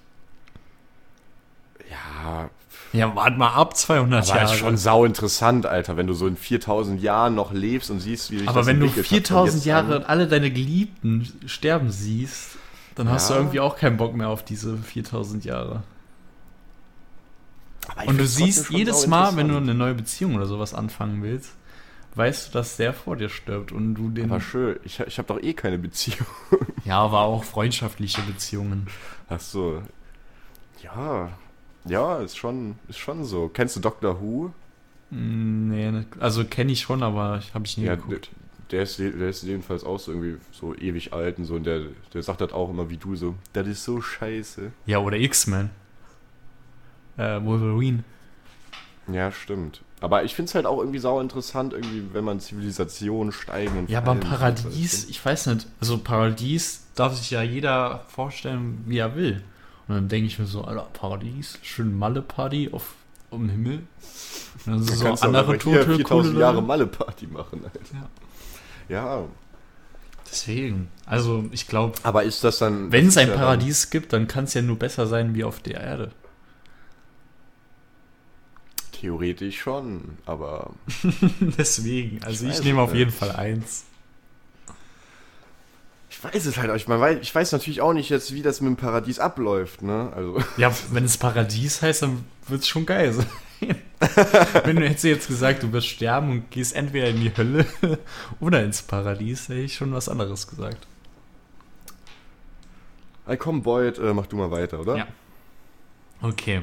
[SPEAKER 2] Ja.
[SPEAKER 1] Ja, warte mal ab, 200
[SPEAKER 2] aber
[SPEAKER 1] Jahre.
[SPEAKER 2] ist schon sau interessant, Alter, wenn du so in 4000 Jahren noch lebst und siehst, wie sich
[SPEAKER 1] aber
[SPEAKER 2] das
[SPEAKER 1] wenn du
[SPEAKER 2] entwickelt
[SPEAKER 1] 4000 Jahre und alle deine Geliebten sterben siehst, dann hast du
[SPEAKER 2] Ja.
[SPEAKER 1] irgendwie auch keinen Bock mehr auf diese 4000 Jahre.
[SPEAKER 2] Aber ich
[SPEAKER 1] Und du
[SPEAKER 2] find's trotzdem
[SPEAKER 1] siehst
[SPEAKER 2] schon
[SPEAKER 1] jedes
[SPEAKER 2] sau
[SPEAKER 1] Mal, wenn du
[SPEAKER 2] interessant.
[SPEAKER 1] eine neue Beziehung oder sowas anfangen willst, weißt du, dass der vor dir stirbt und du den...
[SPEAKER 2] Aber schön, ich habe doch eh keine Beziehung.
[SPEAKER 1] Ja, aber auch freundschaftliche Beziehungen.
[SPEAKER 2] Ach so. Ja, ist schon so. Kennst du Doctor Who?
[SPEAKER 1] Nee, also kenne ich schon, aber habe ich nie
[SPEAKER 2] Ja,
[SPEAKER 1] geguckt.
[SPEAKER 2] der ist jedenfalls auch so irgendwie so ewig alt und so. Und der sagt das auch immer wie du so, das ist so scheiße.
[SPEAKER 1] Ja, oder X-Men. Wolverine.
[SPEAKER 2] Ja, stimmt. Aber ich finde es halt auch irgendwie sau interessant, irgendwie, wenn man Zivilisationen steigen und
[SPEAKER 1] Ja, aber im
[SPEAKER 2] fallen und so,
[SPEAKER 1] Paradies,
[SPEAKER 2] weißt
[SPEAKER 1] ich weiß nicht, also Paradies darf sich ja jeder vorstellen, wie er will. Und dann denke ich mir so, Alter, Paradies, schön Malle-Party um den Himmel. Und dann
[SPEAKER 2] du?
[SPEAKER 1] so
[SPEAKER 2] Kannst
[SPEAKER 1] andere
[SPEAKER 2] doch hier
[SPEAKER 1] tote,
[SPEAKER 2] 4000
[SPEAKER 1] coole
[SPEAKER 2] Jahre
[SPEAKER 1] Leute.
[SPEAKER 2] Malle-Party machen, Alter. Ja.
[SPEAKER 1] Deswegen, also ich glaube,
[SPEAKER 2] Aber ist das dann...
[SPEAKER 1] wenn es
[SPEAKER 2] das
[SPEAKER 1] ein
[SPEAKER 2] ist ja
[SPEAKER 1] Paradies gibt, dann kann es ja nur besser sein wie auf der Erde.
[SPEAKER 2] Theoretisch schon, aber...
[SPEAKER 1] Deswegen, also
[SPEAKER 2] Ich weiß
[SPEAKER 1] ich nehme
[SPEAKER 2] es
[SPEAKER 1] auf
[SPEAKER 2] nicht.
[SPEAKER 1] jeden Fall 1.
[SPEAKER 2] Ich weiß es halt auch. Ich weiß natürlich auch nicht jetzt, wie das mit dem Paradies abläuft, ne? Also...
[SPEAKER 1] Ja, wenn es Paradies heißt, dann wird es schon geil sein. Wenn du jetzt gesagt, du wirst sterben und gehst entweder in die Hölle oder ins Paradies, hätte ich schon was anderes gesagt.
[SPEAKER 2] Ey, komm, Boyd, mach du mal weiter, oder?
[SPEAKER 1] Ja. Okay.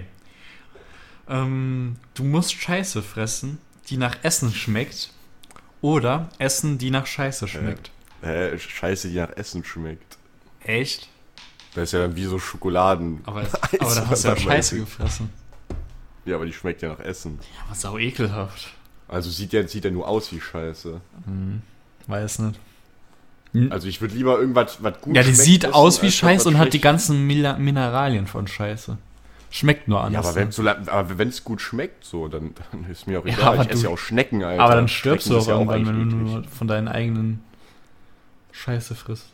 [SPEAKER 1] Du musst Scheiße fressen, die nach Essen schmeckt, oder Essen, die nach Scheiße schmeckt.
[SPEAKER 2] Scheiße, die nach Essen schmeckt.
[SPEAKER 1] Echt?
[SPEAKER 2] Das ist ja dann wie so Schokoladen.
[SPEAKER 1] Aber dann hast du ja Scheiße gefressen.
[SPEAKER 2] Ja, aber die schmeckt ja nach Essen.
[SPEAKER 1] Ja, aber sau ekelhaft.
[SPEAKER 2] Also sieht ja nur aus wie Scheiße.
[SPEAKER 1] Weiß nicht.
[SPEAKER 2] Also ich würde lieber irgendwas was gut
[SPEAKER 1] Ja, die
[SPEAKER 2] schmeckt
[SPEAKER 1] sieht
[SPEAKER 2] essen,
[SPEAKER 1] aus wie
[SPEAKER 2] als
[SPEAKER 1] Scheiße
[SPEAKER 2] was
[SPEAKER 1] und hat die
[SPEAKER 2] schlecht.
[SPEAKER 1] ganzen Mineralien von Scheiße. Schmeckt nur
[SPEAKER 2] Ja,
[SPEAKER 1] anders.
[SPEAKER 2] aber wenn es gut schmeckt, so, dann ist mir auch
[SPEAKER 1] Ja,
[SPEAKER 2] egal.
[SPEAKER 1] aber
[SPEAKER 2] ich esse
[SPEAKER 1] du-
[SPEAKER 2] ja auch Schnecken, Alter.
[SPEAKER 1] aber dann stirbst du
[SPEAKER 2] Schnecken
[SPEAKER 1] auch
[SPEAKER 2] ist ja
[SPEAKER 1] irgendwann, wenn du
[SPEAKER 2] eigentlich
[SPEAKER 1] nur von deinen eigenen Scheiße frisst.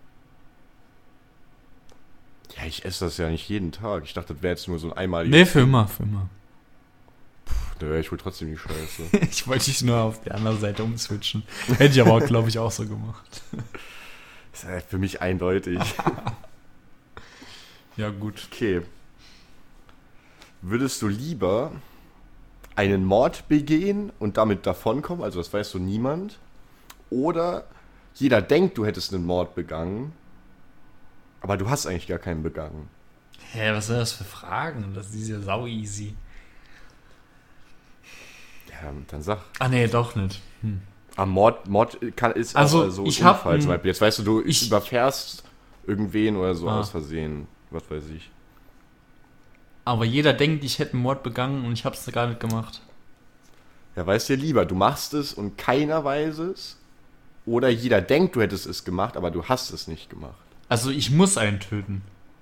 [SPEAKER 2] Ja, ich esse das ja nicht jeden Tag. Ich dachte, das wäre jetzt nur so ein einmaliges...
[SPEAKER 1] Nee, für immer, für immer.
[SPEAKER 2] Da wäre ich wohl trotzdem die Scheiße.
[SPEAKER 1] Ich wollte dich nur auf die andere Seite umswitchen. Hätte ich aber auch, glaube ich, auch so gemacht.
[SPEAKER 2] Das ist ja für mich eindeutig.
[SPEAKER 1] Ja, gut.
[SPEAKER 2] Okay. Würdest du lieber einen Mord begehen und damit davonkommen, also das weiß so niemand, oder jeder denkt, du hättest einen Mord begangen, aber du hast eigentlich gar keinen begangen?
[SPEAKER 1] Hä, was sind das für Fragen? Das ist ja sau easy.
[SPEAKER 2] Ja, dann sag.
[SPEAKER 1] Ah, nee, doch nicht.
[SPEAKER 2] Mord ist
[SPEAKER 1] Also,
[SPEAKER 2] auch so
[SPEAKER 1] ich
[SPEAKER 2] ein
[SPEAKER 1] hab
[SPEAKER 2] Unfall zum Beispiel. Jetzt weißt du,
[SPEAKER 1] ich-
[SPEAKER 2] überfährst irgendwen oder so
[SPEAKER 1] Ah.
[SPEAKER 2] aus Versehen. Was weiß ich.
[SPEAKER 1] Aber jeder denkt, ich hätte einen Mord begangen und ich habe es gar nicht gemacht.
[SPEAKER 2] Ja, weißt du lieber, du machst es und keiner weiß es, oder jeder denkt, du hättest es gemacht, aber du hast es nicht gemacht.
[SPEAKER 1] Also ich muss einen töten.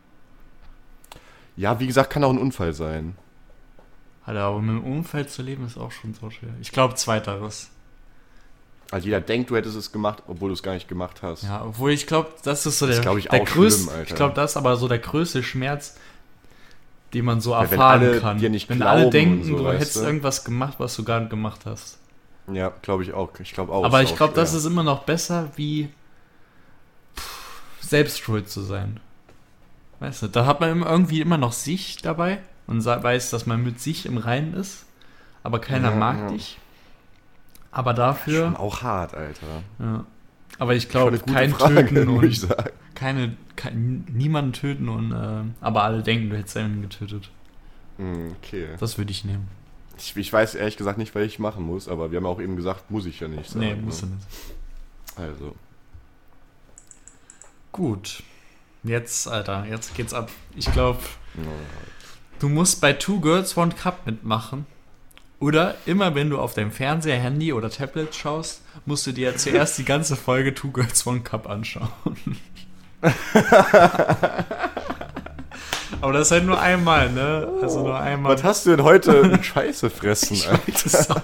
[SPEAKER 2] Ja, wie gesagt, kann auch ein Unfall sein.
[SPEAKER 1] Alter, aber mit einem Umfeld zu leben ist auch schon so schwer. Ich glaube, zweiteres.
[SPEAKER 2] Also jeder denkt, du hättest es gemacht, obwohl du es gar nicht gemacht hast.
[SPEAKER 1] Ja, obwohl ich glaube, das ist so
[SPEAKER 2] Das
[SPEAKER 1] der,
[SPEAKER 2] ist, glaub ich,
[SPEAKER 1] der
[SPEAKER 2] auch
[SPEAKER 1] größte.
[SPEAKER 2] schlimm, Alter.
[SPEAKER 1] Ich glaube, das ist aber so der größte Schmerz, den man so
[SPEAKER 2] wenn
[SPEAKER 1] erfahren
[SPEAKER 2] alle
[SPEAKER 1] kann.
[SPEAKER 2] dir nicht
[SPEAKER 1] wenn
[SPEAKER 2] glauben
[SPEAKER 1] alle
[SPEAKER 2] und
[SPEAKER 1] denken,
[SPEAKER 2] so,
[SPEAKER 1] du
[SPEAKER 2] weißt
[SPEAKER 1] hättest
[SPEAKER 2] du?
[SPEAKER 1] irgendwas gemacht, was du gar nicht gemacht hast.
[SPEAKER 2] Ja, glaube ich auch. Ich glaube auch.
[SPEAKER 1] Aber
[SPEAKER 2] ist
[SPEAKER 1] ich
[SPEAKER 2] auch
[SPEAKER 1] glaube, das
[SPEAKER 2] schwer.
[SPEAKER 1] ist immer noch besser, wie selbst schuld zu sein. Weißt du, da hat man irgendwie immer noch sich dabei und weiß, dass man mit sich im Reinen ist, aber keiner
[SPEAKER 2] Ja,
[SPEAKER 1] mag
[SPEAKER 2] ja.
[SPEAKER 1] dich. Aber dafür,
[SPEAKER 2] Schon auch hart, Alter.
[SPEAKER 1] ja. Aber ich
[SPEAKER 2] Schon
[SPEAKER 1] glaube,
[SPEAKER 2] eine gute
[SPEAKER 1] kein
[SPEAKER 2] Frage,
[SPEAKER 1] Töten
[SPEAKER 2] muss ich
[SPEAKER 1] und
[SPEAKER 2] sagen.
[SPEAKER 1] niemanden töten und aber alle denken, du hättest einen getötet.
[SPEAKER 2] Okay.
[SPEAKER 1] Das würde ich nehmen.
[SPEAKER 2] Ich weiß ehrlich gesagt nicht, was ich machen muss, aber wir haben auch eben gesagt, muss ich ja nicht sagen.
[SPEAKER 1] Nee, musst du nicht.
[SPEAKER 2] Also.
[SPEAKER 1] Gut. Jetzt, Alter, jetzt geht's ab. Ich glaube,
[SPEAKER 2] Ja.
[SPEAKER 1] du musst bei Two Girls One Cup mitmachen. Oder immer wenn du auf deinem Fernseher, Handy oder Tablet schaust, musst du dir zuerst die ganze Folge Two Girls One Cup anschauen. Aber das ist halt nur einmal, ne? Also nur einmal.
[SPEAKER 2] Was hast du denn heute mit Scheiße fressen, Alter?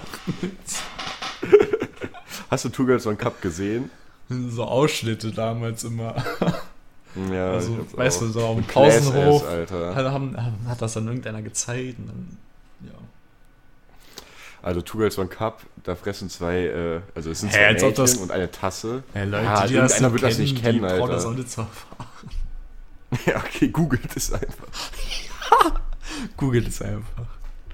[SPEAKER 2] Hast du Two Girls One Cup gesehen?
[SPEAKER 1] So Ausschnitte damals immer.
[SPEAKER 2] Ja,
[SPEAKER 1] also, weißt du, so auf dem
[SPEAKER 2] Class
[SPEAKER 1] Pausenhof
[SPEAKER 2] Alter.
[SPEAKER 1] hat das dann irgendeiner gezeigt. Und dann, ja.
[SPEAKER 2] Also Two Girls One Cup, da fressen zwei, also es sind
[SPEAKER 1] Als
[SPEAKER 2] zwei
[SPEAKER 1] ob das-
[SPEAKER 2] Mädchen und eine Tasse.
[SPEAKER 1] Hey, Leute,
[SPEAKER 2] Ja,
[SPEAKER 1] die das
[SPEAKER 2] irgendeiner wird das nicht kennen,
[SPEAKER 1] die
[SPEAKER 2] Alter.
[SPEAKER 1] brauchen das auch nicht zu erfahren.
[SPEAKER 2] Ja, okay, googelt es einfach.
[SPEAKER 1] Googelt es einfach.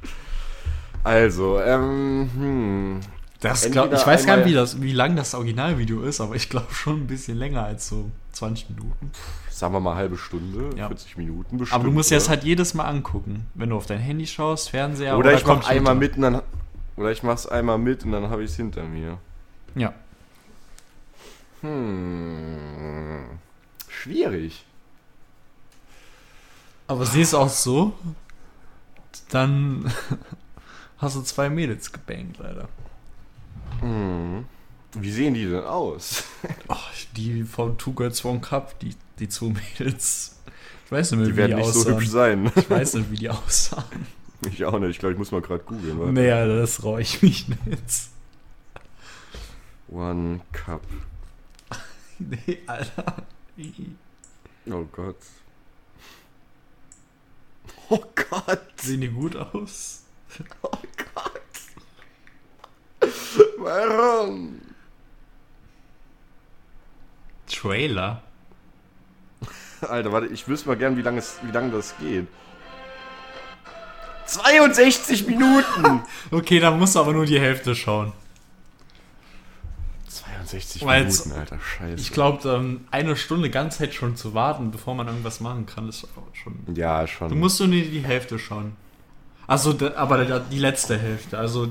[SPEAKER 2] Also,
[SPEAKER 1] Ich
[SPEAKER 2] Entweder
[SPEAKER 1] weiß gar
[SPEAKER 2] einmal-
[SPEAKER 1] nicht, wie lang das Originalvideo ist, aber ich glaube schon ein bisschen länger als so 20 Minuten.
[SPEAKER 2] sagen wir mal halbe Stunde,
[SPEAKER 1] Ja.
[SPEAKER 2] 40 Minuten bestimmt.
[SPEAKER 1] Aber du musst dir das
[SPEAKER 2] oder?
[SPEAKER 1] halt jedes Mal angucken. Wenn du auf dein Handy schaust, Fernseher
[SPEAKER 2] Oder ich mach
[SPEAKER 1] Computer.
[SPEAKER 2] einmal mit und dann... Oder ich mach's einmal mit und dann habe ich es hinter mir.
[SPEAKER 1] Ja.
[SPEAKER 2] Schwierig.
[SPEAKER 1] Aber siehst auch so, dann hast du 2 Mädels gebankt, leider.
[SPEAKER 2] Wie sehen die denn aus?
[SPEAKER 1] Die von Two Girls One Cup, die 2 Mädels. Ich weiß nicht mehr,
[SPEAKER 2] Die
[SPEAKER 1] wie
[SPEAKER 2] werden
[SPEAKER 1] die
[SPEAKER 2] nicht
[SPEAKER 1] aussahen.
[SPEAKER 2] so hübsch sein.
[SPEAKER 1] Ich weiß nicht, wie die aussahen.
[SPEAKER 2] Ich auch nicht. Ich glaube, ich muss mal gerade googeln. warte.
[SPEAKER 1] Naja, das traue ich mich nicht.
[SPEAKER 2] One Cup.
[SPEAKER 1] Nee, Alter.
[SPEAKER 2] Oh Gott. Oh Gott.
[SPEAKER 1] Sehen die gut aus?
[SPEAKER 2] Oh Gott. Warum?
[SPEAKER 1] Trailer?
[SPEAKER 2] Alter, warte, ich wüsste mal gern, wie lange das geht. 62 Minuten!
[SPEAKER 1] Okay, dann musst du aber nur die Hälfte schauen.
[SPEAKER 2] 62
[SPEAKER 1] Weil
[SPEAKER 2] Minuten, Alter, scheiße.
[SPEAKER 1] Ich glaube, eine Stunde Ganzheit schon zu warten, bevor man irgendwas machen kann, ist auch schon...
[SPEAKER 2] Ja, schon.
[SPEAKER 1] Du musst nur die Hälfte schauen. Also, aber die letzte Hälfte. Also,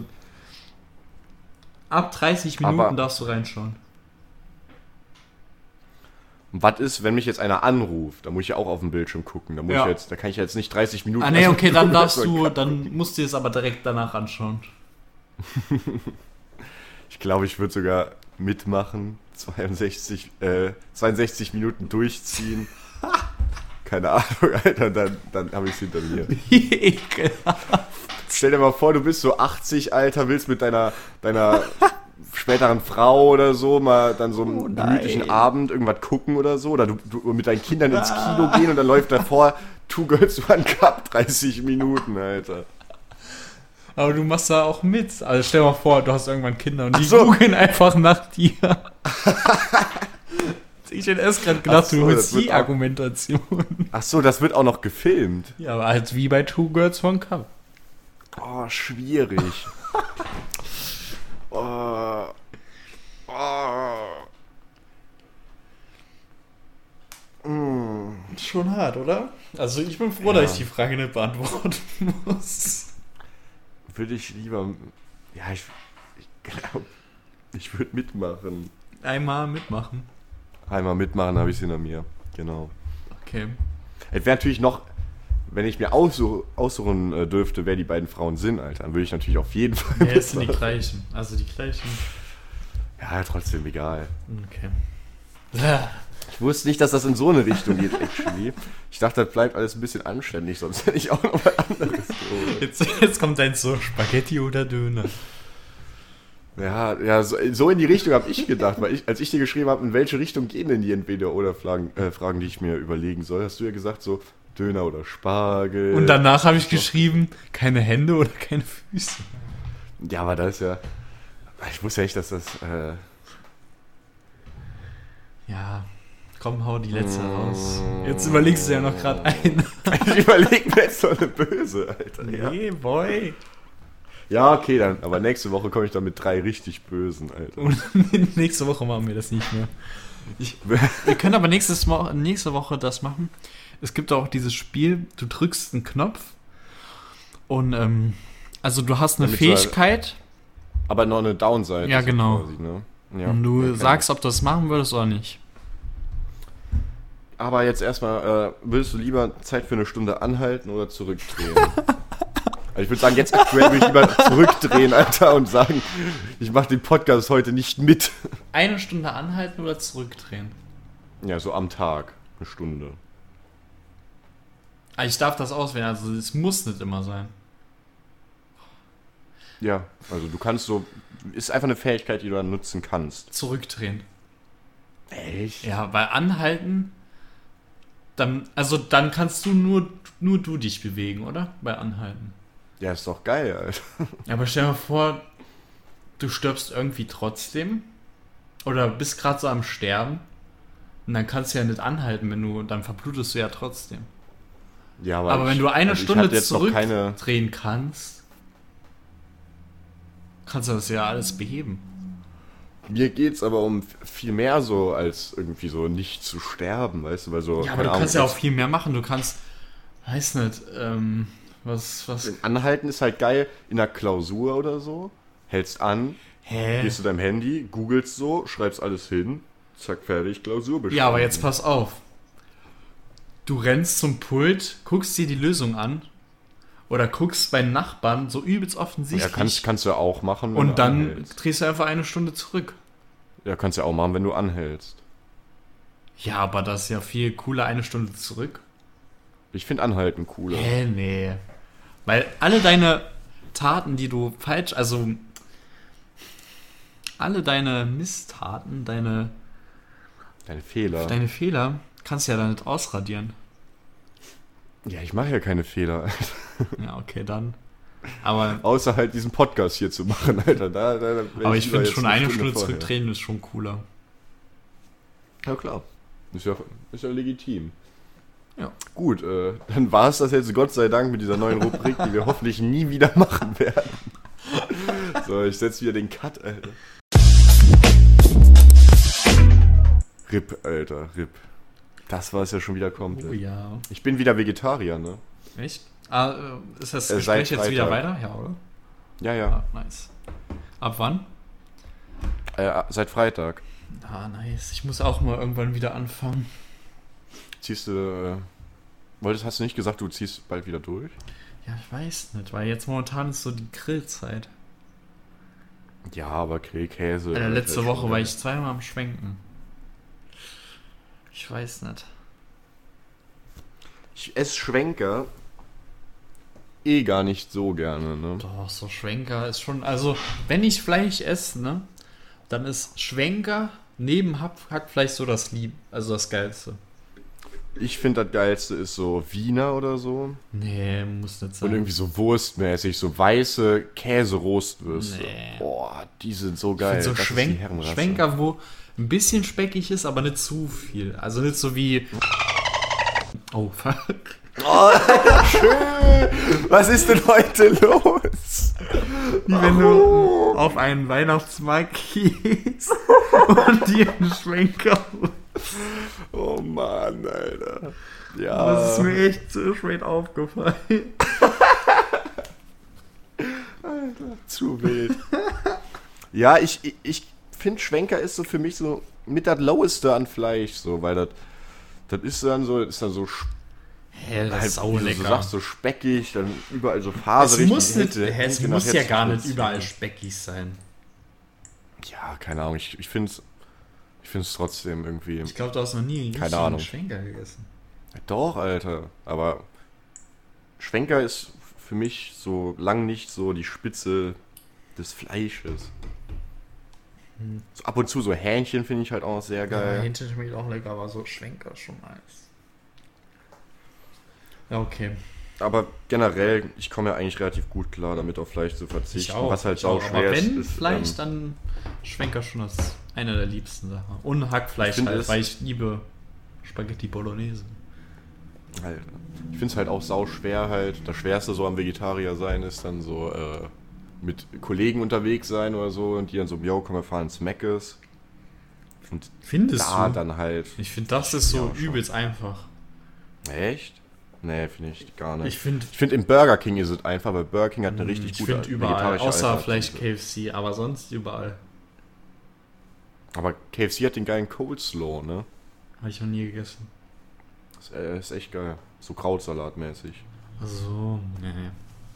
[SPEAKER 1] ab 30 Minuten
[SPEAKER 2] Aber-
[SPEAKER 1] darfst du reinschauen.
[SPEAKER 2] Und was ist, wenn mich jetzt einer anruft? Da muss ich ja auch auf dem Bildschirm gucken. Da kann ich jetzt nicht 30 Minuten...
[SPEAKER 1] Ah, nee, okay, dann
[SPEAKER 2] Also,
[SPEAKER 1] dann musst du es aber direkt danach anschauen.
[SPEAKER 2] Ich glaube, ich würde sogar mitmachen. 62 Minuten durchziehen. Keine Ahnung, Alter, dann habe ich es hinter mir.
[SPEAKER 1] Wie ekelhaft.
[SPEAKER 2] Stell dir mal vor, du bist so 80, Alter, willst mit deiner späteren Frau oder so mal dann so einen gemütlichen Abend irgendwas gucken oder so. Oder du mit deinen Kindern ins Kino gehen und dann läuft davor Two Girls One Cup 30 Minuten, Alter.
[SPEAKER 1] Aber du machst da auch mit. Also stell dir mal vor, du hast irgendwann Kinder und die
[SPEAKER 2] Ach so.
[SPEAKER 1] googeln einfach nach dir. Ich hätte erst gerade gedacht,
[SPEAKER 2] Ach so,
[SPEAKER 1] du willst
[SPEAKER 2] das wird
[SPEAKER 1] die
[SPEAKER 2] auch-
[SPEAKER 1] Argumentation.
[SPEAKER 2] Ach so, das wird auch noch gefilmt.
[SPEAKER 1] Ja, aber halt wie bei Two Girls One Cup.
[SPEAKER 2] Oh, schwierig. Oh.
[SPEAKER 1] Schon hart, oder? Also ich bin froh, dass ich die Frage nicht beantworten muss.
[SPEAKER 2] Würde ich lieber... Ja, ich glaube, ich würde mitmachen.
[SPEAKER 1] Einmal mitmachen.
[SPEAKER 2] Einmal mitmachen, habe ich es hinter mir. Genau.
[SPEAKER 1] Okay.
[SPEAKER 2] Es wäre natürlich noch, wenn ich mir aussuchen dürfte, wer die beiden Frauen sind, Alter, dann würde ich natürlich auf jeden Fall
[SPEAKER 1] Ja, es sind die gleichen. Also die gleichen.
[SPEAKER 2] Ja, trotzdem egal.
[SPEAKER 1] Okay.
[SPEAKER 2] Ich wusste nicht, dass das in so eine Richtung geht, actually. Ich dachte, das bleibt alles ein bisschen anständig, sonst hätte ich auch noch was anderes.
[SPEAKER 1] Jetzt kommt ein so Spaghetti oder Döner.
[SPEAKER 2] Ja, so in die Richtung habe ich gedacht, weil als ich dir geschrieben habe, in welche Richtung gehen denn die Entweder-oder-Fragen, die ich mir überlegen soll, hast du ja gesagt, so Döner oder Spargel.
[SPEAKER 1] Und danach habe ich geschrieben, keine Hände oder keine Füße.
[SPEAKER 2] Ja, aber das ist ja... Ich wusste ja nicht, dass das...
[SPEAKER 1] Ja, komm, hau die letzte raus. Jetzt überlegst du ja noch gerade ein.
[SPEAKER 2] Ich überlege mir jetzt so eine böse, Alter.
[SPEAKER 1] Nee, boy.
[SPEAKER 2] Ja, okay, dann. Aber nächste Woche komme ich dann mit 3 richtig bösen, Alter.
[SPEAKER 1] Und nächste Woche machen wir das nicht mehr. Wir können aber nächste Woche das machen. Es gibt auch dieses Spiel, du drückst einen Knopf und also du hast eine
[SPEAKER 2] Damit
[SPEAKER 1] Fähigkeit
[SPEAKER 2] Aber noch eine Downside.
[SPEAKER 1] Ja,
[SPEAKER 2] ist
[SPEAKER 1] genau.
[SPEAKER 2] Quasi, ne? Ja,
[SPEAKER 1] und du
[SPEAKER 2] okay.
[SPEAKER 1] sagst, ob du das machen würdest oder nicht.
[SPEAKER 2] Aber jetzt erstmal, würdest du lieber Zeit für eine Stunde anhalten oder zurückdrehen? Also ich würde sagen, jetzt aktuell würde ich lieber zurückdrehen, Alter, und sagen, ich mache den Podcast heute nicht mit.
[SPEAKER 1] Eine Stunde anhalten oder zurückdrehen?
[SPEAKER 2] Ja, so am Tag. Eine Stunde.
[SPEAKER 1] Ich darf das auswählen, also es muss nicht immer sein.
[SPEAKER 2] Ja, also du kannst so, ist einfach eine Fähigkeit, die du dann nutzen kannst.
[SPEAKER 1] Zurückdrehen.
[SPEAKER 2] Echt?
[SPEAKER 1] Ja, bei Anhalten, dann kannst du nur du dich bewegen, oder? Bei Anhalten.
[SPEAKER 2] Ja, ist doch geil, Alter.
[SPEAKER 1] Aber stell dir mal vor, du stirbst irgendwie trotzdem oder bist gerade so am Sterben und dann kannst du ja nicht anhalten, dann verblutest du ja trotzdem.
[SPEAKER 2] Ja,
[SPEAKER 1] aber wenn du eine Stunde
[SPEAKER 2] jetzt
[SPEAKER 1] zurückdrehen kannst du das ja alles beheben.
[SPEAKER 2] Mir geht's aber um viel mehr so, als irgendwie so nicht zu sterben, weißt du, weil so...
[SPEAKER 1] Ja, aber du kannst ja auch viel mehr machen, du kannst, weiß nicht, was...
[SPEAKER 2] Anhalten ist halt geil, in einer Klausur oder so, hältst an, gehst zu deinem Handy, googelst so, schreibst alles hin, zack, fertig, Klausur bestanden.
[SPEAKER 1] Ja, aber jetzt pass auf. Du rennst zum Pult, guckst dir die Lösung an oder guckst bei Nachbarn so übelst offensichtlich.
[SPEAKER 2] Ja, kannst du ja auch machen,
[SPEAKER 1] wenn und dann anhältst. Drehst du einfach eine Stunde zurück.
[SPEAKER 2] Ja, kannst du ja auch machen, wenn du anhältst.
[SPEAKER 1] Ja, aber das ist ja viel cooler, eine Stunde zurück.
[SPEAKER 2] Ich finde Anhalten cooler.
[SPEAKER 1] Nee. Weil alle deine Taten, die du falsch, also alle deine Misstaten, deine Fehler kannst du ja dann nicht ausradieren.
[SPEAKER 2] Ja, ich mache ja keine Fehler.
[SPEAKER 1] Ja, okay, dann. Aber
[SPEAKER 2] außer halt diesen Podcast hier zu machen, Alter.
[SPEAKER 1] Aber ich finde schon eine Stunde zurückdrehen ist schon cooler.
[SPEAKER 2] Ja, klar. Ist ja legitim.
[SPEAKER 1] Ja.
[SPEAKER 2] Gut, dann war es das jetzt Gott sei Dank mit dieser neuen Rubrik, die wir hoffentlich nie wieder machen werden. So, ich setze wieder den Cut, Alter. RIP, Alter, RIP. Das war es ja schon wieder komplett.
[SPEAKER 1] Oh ja.
[SPEAKER 2] Ich bin wieder Vegetarier, ne?
[SPEAKER 1] Echt? Ist das Gespräch jetzt wieder weiter? Ja, oder?
[SPEAKER 2] Ja.
[SPEAKER 1] Ah, nice. Ab wann?
[SPEAKER 2] Seit Freitag.
[SPEAKER 1] Ah, nice. Ich muss auch mal irgendwann wieder anfangen.
[SPEAKER 2] Hast du nicht gesagt, du ziehst bald wieder durch?
[SPEAKER 1] Ja, ich weiß nicht, weil jetzt momentan ist so die Grillzeit.
[SPEAKER 2] Ja, aber Grillkäse...
[SPEAKER 1] letzte Woche war ich zweimal am Schwenken. Ich weiß nicht.
[SPEAKER 2] Ich esse Schwenker gar nicht so gerne, ne?
[SPEAKER 1] Doch, so Schwenker ist schon... Also, wenn ich Fleisch esse, ne? Dann ist Schwenker neben Hackfleisch so das Geilste.
[SPEAKER 2] Ich finde, das Geilste ist so Wiener oder so.
[SPEAKER 1] Nee, muss nicht sein.
[SPEAKER 2] Und irgendwie so wurstmäßig, so weiße Käse-Roastwürste.
[SPEAKER 1] Nee.
[SPEAKER 2] Boah, die sind so geil.
[SPEAKER 1] Ich so Schwenker, wo ein bisschen speckig ist, aber nicht zu viel. Also nicht so wie... Oh, fuck.
[SPEAKER 2] Oh, schön. Was ist denn heute los?
[SPEAKER 1] Wie wenn du auf einen Weihnachtsmarkt gehst und dir einen Schwenker...
[SPEAKER 2] Oh Mann, Alter. Ja.
[SPEAKER 1] Das ist mir echt zu spät aufgefallen.
[SPEAKER 2] Alter, zu wild. Ja, ich finde, Schwenker ist so für mich so mit das Loweste an Fleisch, so, weil das ist dann so
[SPEAKER 1] das ist
[SPEAKER 2] sau lecker. Du sagst so speckig, dann überall so faserig.
[SPEAKER 1] Es muss ja gar nicht überall speckig sein.
[SPEAKER 2] Ja, keine Ahnung, ich finde es trotzdem irgendwie...
[SPEAKER 1] Ich glaube, du hast noch nie
[SPEAKER 2] einen
[SPEAKER 1] Schwenker gegessen.
[SPEAKER 2] Ja, doch, Alter. Aber Schwenker ist für mich so lang nicht so die Spitze des Fleisches. So ab und zu so Hähnchen finde ich halt auch sehr geil.
[SPEAKER 1] Ja, Hähnchen schmeckt auch lecker, aber so Schwenker schon nice. Ja, okay.
[SPEAKER 2] Aber generell, ich komme ja eigentlich relativ gut klar, damit auf Fleisch zu verzichten. Was halt sau schwer
[SPEAKER 1] aber wenn
[SPEAKER 2] ist.
[SPEAKER 1] Fleisch, dann Schwenker schon das eine der liebsten Sachen. Und Hackfleisch halt, weil ich liebe Spaghetti Bolognese.
[SPEAKER 2] Alter. Ich finde es halt auch sau schwer halt. Das Schwerste so am Vegetarier sein ist dann so mit Kollegen unterwegs sein oder so und die dann so, yo, komm, wir fahren ins Meckes. Und
[SPEAKER 1] findest
[SPEAKER 2] da
[SPEAKER 1] du?
[SPEAKER 2] Dann halt...
[SPEAKER 1] Ich finde, das ist so übelst einfach.
[SPEAKER 2] Echt? Nee, finde ich gar nicht.
[SPEAKER 1] Ich finde,
[SPEAKER 2] im Burger King ist es einfach, weil Burger King hat eine richtig gute
[SPEAKER 1] vegetarische überall, außer vielleicht KFC, aber sonst überall.
[SPEAKER 2] Aber KFC hat den geilen Cold Slaw, ne?
[SPEAKER 1] Habe ich noch nie gegessen.
[SPEAKER 2] Das ist echt geil. So Krautsalatmäßig.
[SPEAKER 1] Ach so, nee.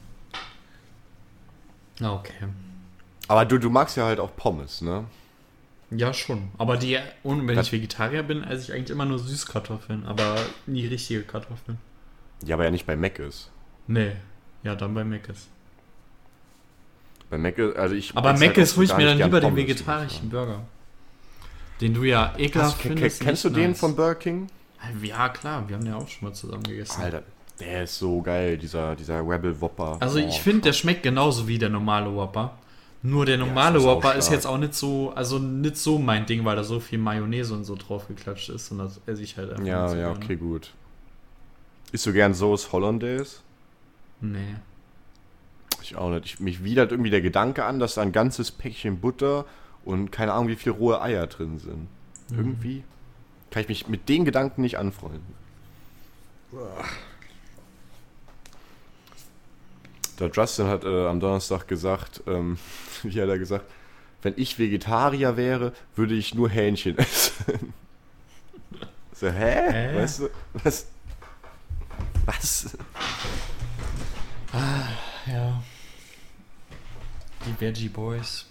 [SPEAKER 1] Okay.
[SPEAKER 2] Aber du magst ja halt auch Pommes, ne?
[SPEAKER 1] Ja, schon. Aber wenn ich Vegetarier bin, esse ich eigentlich immer nur Süßkartoffeln, aber nie richtige Kartoffeln.
[SPEAKER 2] Ja, aber ja nicht bei Mc's.
[SPEAKER 1] Nee. Ja, dann bei Mc's.
[SPEAKER 2] Bei Mc's, also ich...
[SPEAKER 1] Aber Mc's hole ich mir dann lieber den
[SPEAKER 2] Pommes,
[SPEAKER 1] vegetarischen Burger. Den du ja ekelhaft findest.
[SPEAKER 2] Kennst du den von Burger King?
[SPEAKER 1] Ja, klar. Wir haben den auch schon mal zusammen gegessen.
[SPEAKER 2] Alter, der ist so geil, dieser Rebel Whopper.
[SPEAKER 1] Also ich finde, der schmeckt genauso wie der normale Whopper. Nur der normale Whopper ist jetzt auch nicht so, also nicht so mein Ding, weil da so viel Mayonnaise und so drauf geklatscht ist. Und das esse ich halt einfach nicht so gerne.
[SPEAKER 2] Okay, gut. Isst du gern Sauce Hollandaise?
[SPEAKER 1] Nee.
[SPEAKER 2] Ich auch nicht. Mich widert irgendwie der Gedanke an, dass da ein ganzes Päckchen Butter und keine Ahnung, wie viele rohe Eier drin sind. Irgendwie kann ich mich mit den Gedanken nicht anfreunden. Der Justin hat am Donnerstag gesagt, wie hat er gesagt, wenn ich Vegetarier wäre, würde ich nur Hähnchen essen. So, hä? Weißt du, was?
[SPEAKER 1] Ja. Die Veggie Boys.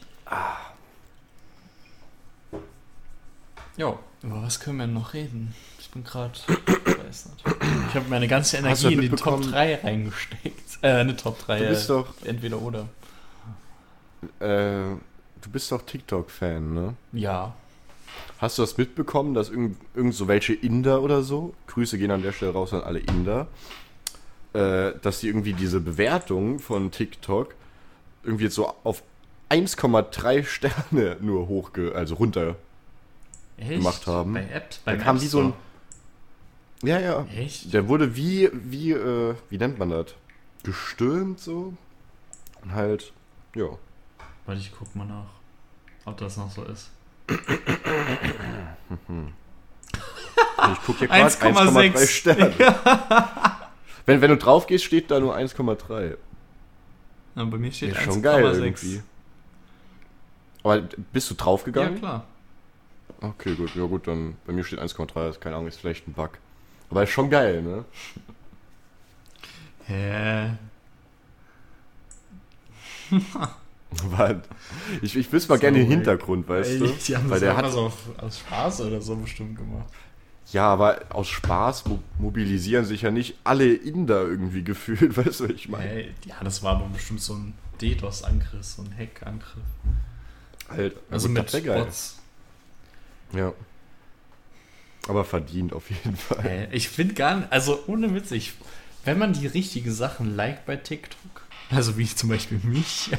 [SPEAKER 1] Jo, über was können wir noch reden? Ich bin gerade, weiß nicht. Ich habe meine ganze Energie in die Top 3 reingesteckt. Eine Top 3.
[SPEAKER 2] Du bist doch...
[SPEAKER 1] Entweder oder.
[SPEAKER 2] Du bist doch TikTok-Fan, ne?
[SPEAKER 1] Ja.
[SPEAKER 2] Hast du das mitbekommen, dass irgend so welche Inder oder so, Grüße gehen an der Stelle raus an alle Inder, dass die irgendwie diese Bewertung von TikTok irgendwie jetzt so auf 1,3 Sterne nur runter gemacht haben.
[SPEAKER 1] Bei Apps?
[SPEAKER 2] Da kam wie so ein... Ja.
[SPEAKER 1] Echt?
[SPEAKER 2] Der wurde wie nennt man das? Gestürmt so. Und halt, ja.
[SPEAKER 1] Warte, ich guck mal nach, ob das noch so ist.
[SPEAKER 2] Ich guck hier gerade 1,3 Sterne. Ja. Wenn du drauf gehst, steht da nur 1,3.
[SPEAKER 1] Ja, bei mir steht 1,6.
[SPEAKER 2] Schon geil irgendwie. Aber bist du draufgegangen?
[SPEAKER 1] Ja, klar.
[SPEAKER 2] Okay, gut. Ja gut, dann bei mir steht 1,3. Keine Ahnung, ist vielleicht ein Bug. Aber ist schon geil, ne?
[SPEAKER 1] Hä?
[SPEAKER 2] Ich wüsste mal gerne den Hintergrund, weißt du?
[SPEAKER 1] Die haben
[SPEAKER 2] weil
[SPEAKER 1] das
[SPEAKER 2] der hat
[SPEAKER 1] so aus Spaß oder so bestimmt gemacht.
[SPEAKER 2] Ja, aber aus Spaß mobilisieren sich ja nicht alle Inder irgendwie gefühlt, weißt du, ich meine.
[SPEAKER 1] Ja, das war aber bestimmt so ein DDoS-Angriff, so ein Hack-Angriff.
[SPEAKER 2] Halt,
[SPEAKER 1] also mit Bots.
[SPEAKER 2] Ja. Aber verdient auf jeden Fall.
[SPEAKER 1] Ich finde gar nicht, also ohne Witz, wenn man die richtigen Sachen liked bei TikTok, also wie zum Beispiel mich.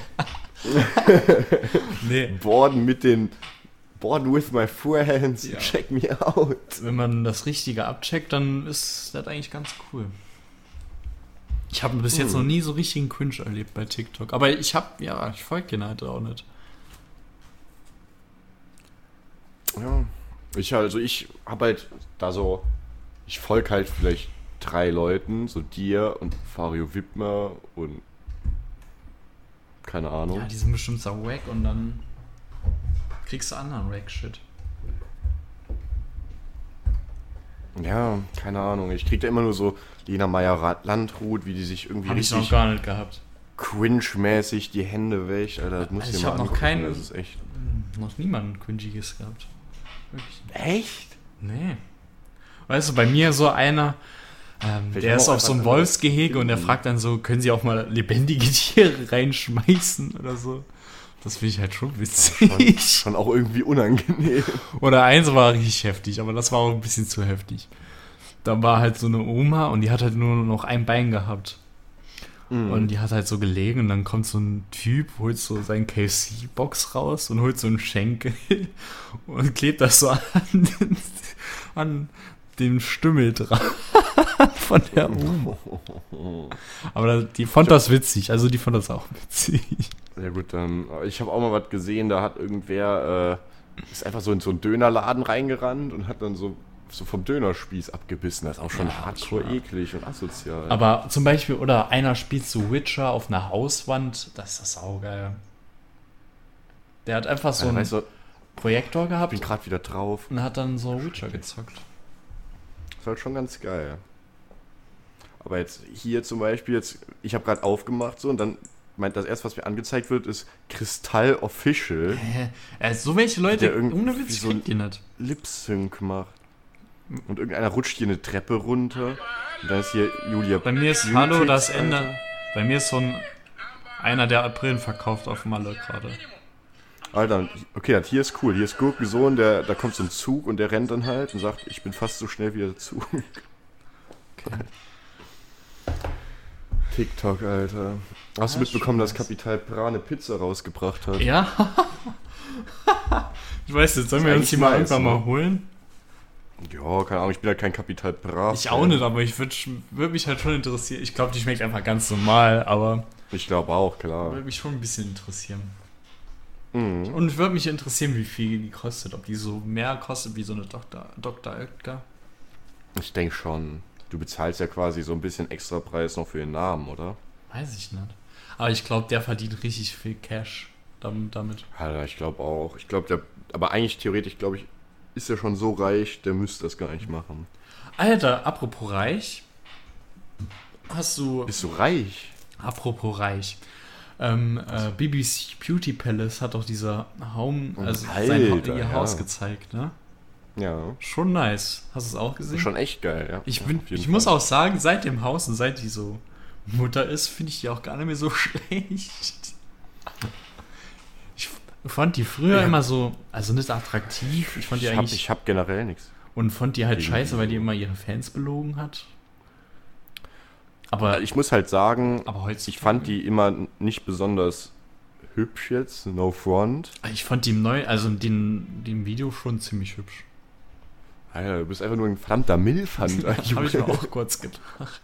[SPEAKER 2] Nee. Boarden with my friends, ja. Check me out.
[SPEAKER 1] Wenn man das Richtige abcheckt, dann ist das eigentlich ganz cool. Ich habe bis jetzt noch nie so richtigen Cringe erlebt bei TikTok. Aber ich folge den halt auch nicht.
[SPEAKER 2] Ja, ich habe halt da so, ich folge halt vielleicht 3 Leuten, so dir und Fario Wittmer und keine Ahnung.
[SPEAKER 1] Ja, die sind bestimmt so wack und dann kriegst du anderen Wack-Shit.
[SPEAKER 2] Ja, keine Ahnung. Ich krieg da immer nur so Lena Meyer-Landrut, wie die sich irgendwie
[SPEAKER 1] richtig... Hab ich noch gar nicht gehabt.
[SPEAKER 2] Cringe-mäßig die Hände weg. Alter, das muss ich mal angucken.
[SPEAKER 1] Ich habe
[SPEAKER 2] das ist echt...
[SPEAKER 1] noch niemanden Cringiges gehabt. Wirklich.
[SPEAKER 2] Echt?
[SPEAKER 1] Nee. Weißt du, bei mir so einer... der ist auf so einem Wolfsgehege und der fragt dann so, können Sie auch mal lebendige Tiere reinschmeißen oder so. Das finde ich halt schon witzig.
[SPEAKER 2] Schon auch irgendwie unangenehm.
[SPEAKER 1] Oder eins war richtig heftig, aber das war auch ein bisschen zu heftig. Da war halt so eine Oma und die hat halt nur noch ein Bein gehabt. Und die hat halt so gelegen und dann kommt so ein Typ, holt so seinen KFC-Box raus und holt so einen Schenkel und klebt das so an dem Stümmel dran von der Oma. Aber die fand das witzig, also die fand das auch witzig.
[SPEAKER 2] Sehr gut, dann. Ich habe auch mal was gesehen, da hat irgendwer, ist einfach so in so einen Dönerladen reingerannt und hat dann so vom Dönerspieß abgebissen. Das ist auch schon hardcore eklig und asozial.
[SPEAKER 1] Aber zum Beispiel, oder einer spielt so Witcher auf einer Hauswand, das ist das saugeil. Der hat einfach so einen Projektor gehabt.
[SPEAKER 2] Ich bin gerade wieder drauf.
[SPEAKER 1] Und hat dann so Witcher gezockt.
[SPEAKER 2] Das ist halt schon ganz geil. Aber jetzt hier zum Beispiel, ich habe gerade aufgemacht so und dann meint das erste, was mir angezeigt wird, ist Kristall Official.
[SPEAKER 1] So welche Leute, ohne Witz,
[SPEAKER 2] so ein Lip-Sync macht. Und irgendeiner rutscht hier eine Treppe runter. Und dann ist hier Julia.
[SPEAKER 1] Bei mir ist Hallo das Ende. Alter. Bei mir ist einer, der Brillen verkauft auf Malle gerade.
[SPEAKER 2] Alter, okay, hier ist cool. Hier ist Gurkensohn, da kommt so ein Zug und der rennt dann halt und sagt, ich bin fast so schnell wie der Zug. Okay. TikTok, Alter. Hast du mitbekommen, dass Capital Bra eine Pizza rausgebracht hat?
[SPEAKER 1] Ja. Ich weiß nicht, sollen wir uns die mal einfach mal holen?
[SPEAKER 2] Ja, keine Ahnung, ich bin halt kein Capital Bra.
[SPEAKER 1] Ich auch nicht, aber ich würde mich halt schon interessieren. Ich glaube, die schmeckt einfach ganz normal, aber...
[SPEAKER 2] Ich glaube auch, klar.
[SPEAKER 1] Würde mich schon ein bisschen interessieren. Mhm. Und würde mich interessieren, wie viel die kostet. Ob die so mehr kostet wie so eine Dr. Oetker.
[SPEAKER 2] Ich denke schon. Du bezahlst ja quasi so ein bisschen extra Preis noch für den Namen, oder?
[SPEAKER 1] Weiß ich nicht. Aber ich glaube, der verdient richtig viel Cash damit.
[SPEAKER 2] Ja, ich glaube auch. Ich glaube, aber eigentlich theoretisch, glaube ich, ist er schon so reich, der müsste das gar nicht machen.
[SPEAKER 1] Alter, apropos reich.
[SPEAKER 2] Bist du reich?
[SPEAKER 1] Apropos reich. BBC Beauty Palace hat doch dieser ihr Haus gezeigt, ne?
[SPEAKER 2] Ja.
[SPEAKER 1] Schon nice. Hast du es auch gesehen?
[SPEAKER 2] Schon echt geil, ja.
[SPEAKER 1] Ich muss auch sagen, seit dem Haus und seit die so Mutter ist, finde ich die auch gar nicht mehr so schlecht. Ich fand die früher immer so, also nicht attraktiv.
[SPEAKER 2] Ich hab generell nichts.
[SPEAKER 1] Und fand die halt scheiße, weil die immer ihre Fans belogen hat.
[SPEAKER 2] Aber ich muss halt sagen, ich fand die immer nicht besonders hübsch jetzt, no front.
[SPEAKER 1] Ich fand die dem Video schon ziemlich hübsch.
[SPEAKER 2] Alter, du bist einfach nur ein verdammter Milfhand.
[SPEAKER 1] Das habe ich mir auch kurz gedacht.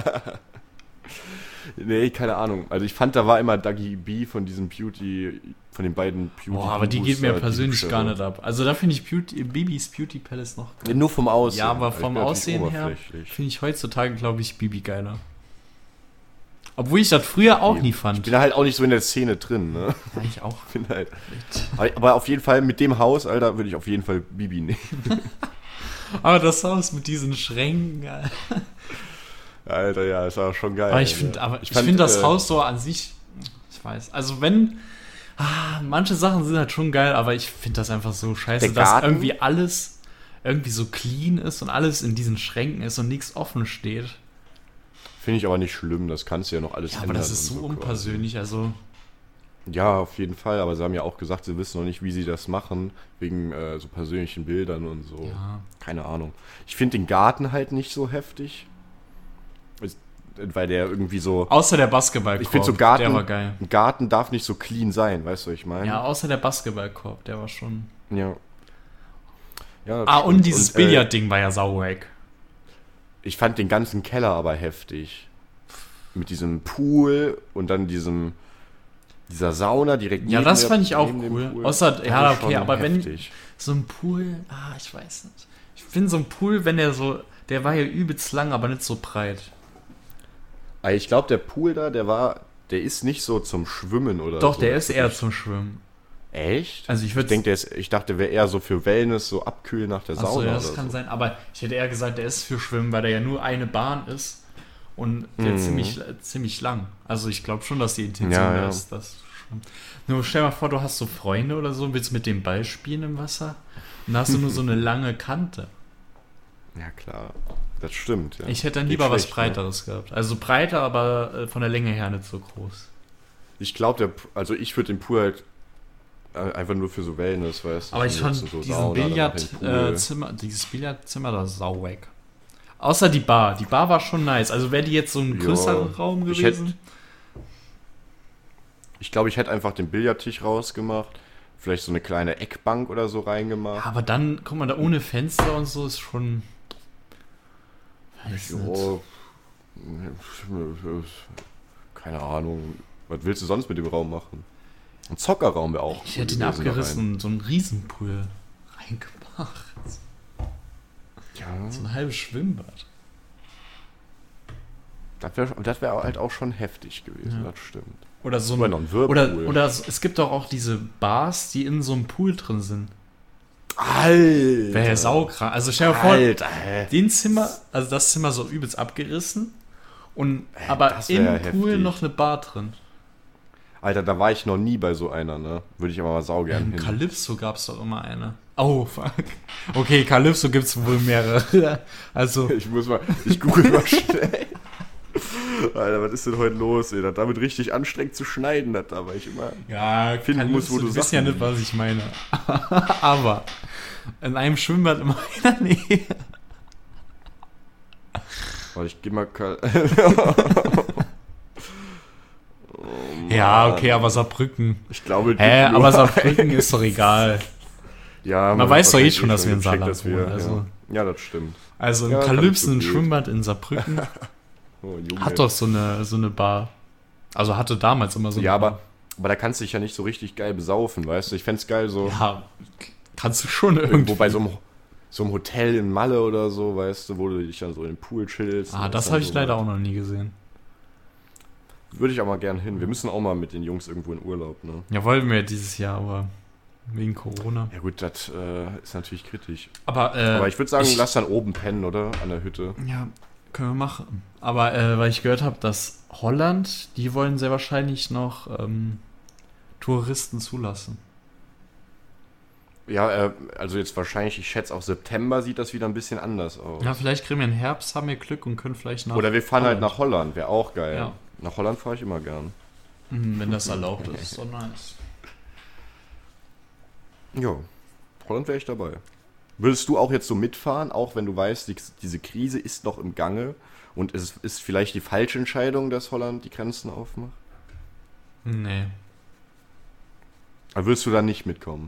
[SPEAKER 2] Nee, keine Ahnung. Also ich fand, da war immer Dagi B von den beiden Beauty.
[SPEAKER 1] Boah, aber die geht mir persönlich gar nicht ab. Also da finde ich Bibis Beauty Palace noch
[SPEAKER 2] geil. Nur vom Aussehen.
[SPEAKER 1] Ja, aber vom Aussehen her finde ich heutzutage, glaube ich, Bibi geiler. Obwohl ich das früher auch nie fand.
[SPEAKER 2] Ich bin halt auch nicht so in der Szene drin, ne?
[SPEAKER 1] Ja, ich auch.
[SPEAKER 2] Aber auf jeden Fall, mit dem Haus, Alter, würde ich auf jeden Fall Bibi nehmen.
[SPEAKER 1] Aber das Haus mit diesen Schränken,
[SPEAKER 2] Alter, ja, das war schon geil.
[SPEAKER 1] Aber ich finde das Haus so an sich, ich weiß, also manche Sachen sind halt schon geil, aber ich finde das einfach so scheiße, dass irgendwie alles irgendwie so clean ist und alles in diesen Schränken ist und nichts offen steht.
[SPEAKER 2] Finde ich aber nicht schlimm, das kannst du ja noch alles ändern.
[SPEAKER 1] Aber das ist so unpersönlich, also...
[SPEAKER 2] Ja, auf jeden Fall, aber sie haben ja auch gesagt, sie wissen noch nicht, wie sie das machen, wegen so persönlichen Bildern und so.
[SPEAKER 1] Ja.
[SPEAKER 2] Keine Ahnung. Ich finde den Garten halt nicht so heftig, weil der irgendwie so...
[SPEAKER 1] Außer der Basketballkorb,
[SPEAKER 2] ich finde so Garten,
[SPEAKER 1] der war geil.
[SPEAKER 2] Ein Garten darf nicht so clean sein, weißt du, was ich meine?
[SPEAKER 1] Ja, außer der Basketballkorb, der war schon...
[SPEAKER 2] Ja.
[SPEAKER 1] Und dieses Billardding war ja sauwack.
[SPEAKER 2] Ich fand den ganzen Keller aber heftig. Mit diesem Pool und dann dieser Sauna direkt
[SPEAKER 1] neben das fand ich auch cool. Außer, ja, okay, aber
[SPEAKER 2] heftig.
[SPEAKER 1] Wenn so ein Pool, ich weiß nicht. Ich finde so ein Pool, wenn der war ja übelst lang, aber nicht so breit.
[SPEAKER 2] Ich glaube, der Pool da, der ist nicht so zum Schwimmen oder
[SPEAKER 1] Doch,
[SPEAKER 2] so.
[SPEAKER 1] Der ist eher zum Schwimmen.
[SPEAKER 2] Echt?
[SPEAKER 1] Also ich
[SPEAKER 2] dachte, der wäre eher so für Wellness, so abkühlen nach der Sauna.
[SPEAKER 1] Achso, ja, das kann sein, aber ich hätte eher gesagt, der ist für Schwimmen, weil der ja nur eine Bahn ist und der ziemlich lang. Also ich glaube schon, dass die Intention ist, das Schwimmen. Nur stell mal vor, du hast so Freunde oder so, willst mit dem Ball spielen im Wasser und dann hast du nur so eine lange Kante.
[SPEAKER 2] Ja, klar. Das stimmt, ja.
[SPEAKER 1] Ich hätte dann lieber was Breiteres gehabt. Also breiter, aber von der Länge her nicht so groß.
[SPEAKER 2] Ich glaube, ich würde den Pool halt einfach nur für so Wellness, weißt du.
[SPEAKER 1] Aber ich fand so dieses Billardzimmer da sauwack. Außer die Bar. Die Bar war schon nice. Also wäre die jetzt so ein größerer Raum gewesen.
[SPEAKER 2] Ich glaube, ich hätte einfach den Billardtisch rausgemacht. Vielleicht so eine kleine Eckbank oder so reingemacht.
[SPEAKER 1] Ja, aber dann, guck mal, da ohne Fenster und so ist schon...
[SPEAKER 2] Keine Ahnung. Was willst du sonst mit dem Raum machen? Ein Zockerraum wäre auch.
[SPEAKER 1] Ich hätte ihn abgerissen, so einen Riesenpool reingemacht. Ja. So ein halbes Schwimmbad.
[SPEAKER 2] Das wär halt auch schon heftig gewesen, das stimmt.
[SPEAKER 1] Oder so oder es gibt doch auch diese Bars, die in so einem Pool drin sind.
[SPEAKER 2] Alter!
[SPEAKER 1] Wäre ja saukrank. Also stell dir vor, das Zimmer so übelst abgerissen und aber im Pool heftig. Noch eine Bar drin.
[SPEAKER 2] Alter, da war ich noch nie bei so einer, ne? Würde ich aber mal saugern hin.
[SPEAKER 1] Calypso gab es doch immer eine. Oh, fuck. Okay, Calypso gibt es wohl mehrere. Also.
[SPEAKER 2] Ich google mal schnell. Alter, was ist denn heute los, ey? Das damit richtig anstrengend zu schneiden, das da, weil ich immer
[SPEAKER 1] finden
[SPEAKER 2] Calypso,
[SPEAKER 1] muss, wo du weißt ja nicht, was ich meine. Aber in einem Schwimmbad in meiner Nähe.
[SPEAKER 2] Warte, ich geh mal
[SPEAKER 1] Ja, okay, aber Saarbrücken.
[SPEAKER 2] Ich glaube,
[SPEAKER 1] aber Saarbrücken ist doch egal.
[SPEAKER 2] Ja,
[SPEAKER 1] man weiß doch eh schon, dass wir in Saarland wohnen.
[SPEAKER 2] Also. Ja, das stimmt.
[SPEAKER 1] Also in Calypso, ein Schwimmbad in Saarbrücken, hat doch so eine Bar. Also hatte damals immer so eine
[SPEAKER 2] Bar.
[SPEAKER 1] Ja,
[SPEAKER 2] aber da kannst du dich ja nicht so richtig geil besaufen, weißt du? Ich fänd's geil so...
[SPEAKER 1] Ja, kannst du schon irgendwo
[SPEAKER 2] bei so einem Hotel in Malle oder so, weißt du, wo du dich dann so in den Pool chillst.
[SPEAKER 1] Das habe ich so leider auch noch nie gesehen.
[SPEAKER 2] Würde ich auch mal gern hin. Wir müssen auch mal mit den Jungs irgendwo in Urlaub, ne?
[SPEAKER 1] Ja, wollten wir dieses Jahr, aber wegen Corona.
[SPEAKER 2] Ja gut, das ist natürlich kritisch.
[SPEAKER 1] Aber
[SPEAKER 2] ich würde sagen, lass dann oben pennen, oder? An der Hütte.
[SPEAKER 1] Ja, können wir machen. Aber weil ich gehört habe, dass Holland, die wollen sehr wahrscheinlich noch Touristen zulassen.
[SPEAKER 2] Ja, also jetzt wahrscheinlich, ich schätze auch September sieht das wieder ein bisschen anders aus.
[SPEAKER 1] Ja, vielleicht kriegen wir im Herbst, haben wir Glück und können vielleicht nach
[SPEAKER 2] Oder wir fahren halt nach Holland, wäre auch geil.
[SPEAKER 1] Ja.
[SPEAKER 2] Nach Holland fahre ich immer gern.
[SPEAKER 1] Wenn das erlaubt ist, ist doch nice.
[SPEAKER 2] Ja, Holland wäre ich dabei. Würdest du auch jetzt so mitfahren, auch wenn du weißt, diese Krise ist noch im Gange und es ist vielleicht die falsche Entscheidung, dass Holland die Grenzen aufmacht?
[SPEAKER 1] Nee.
[SPEAKER 2] Aber würdest du da nicht mitkommen?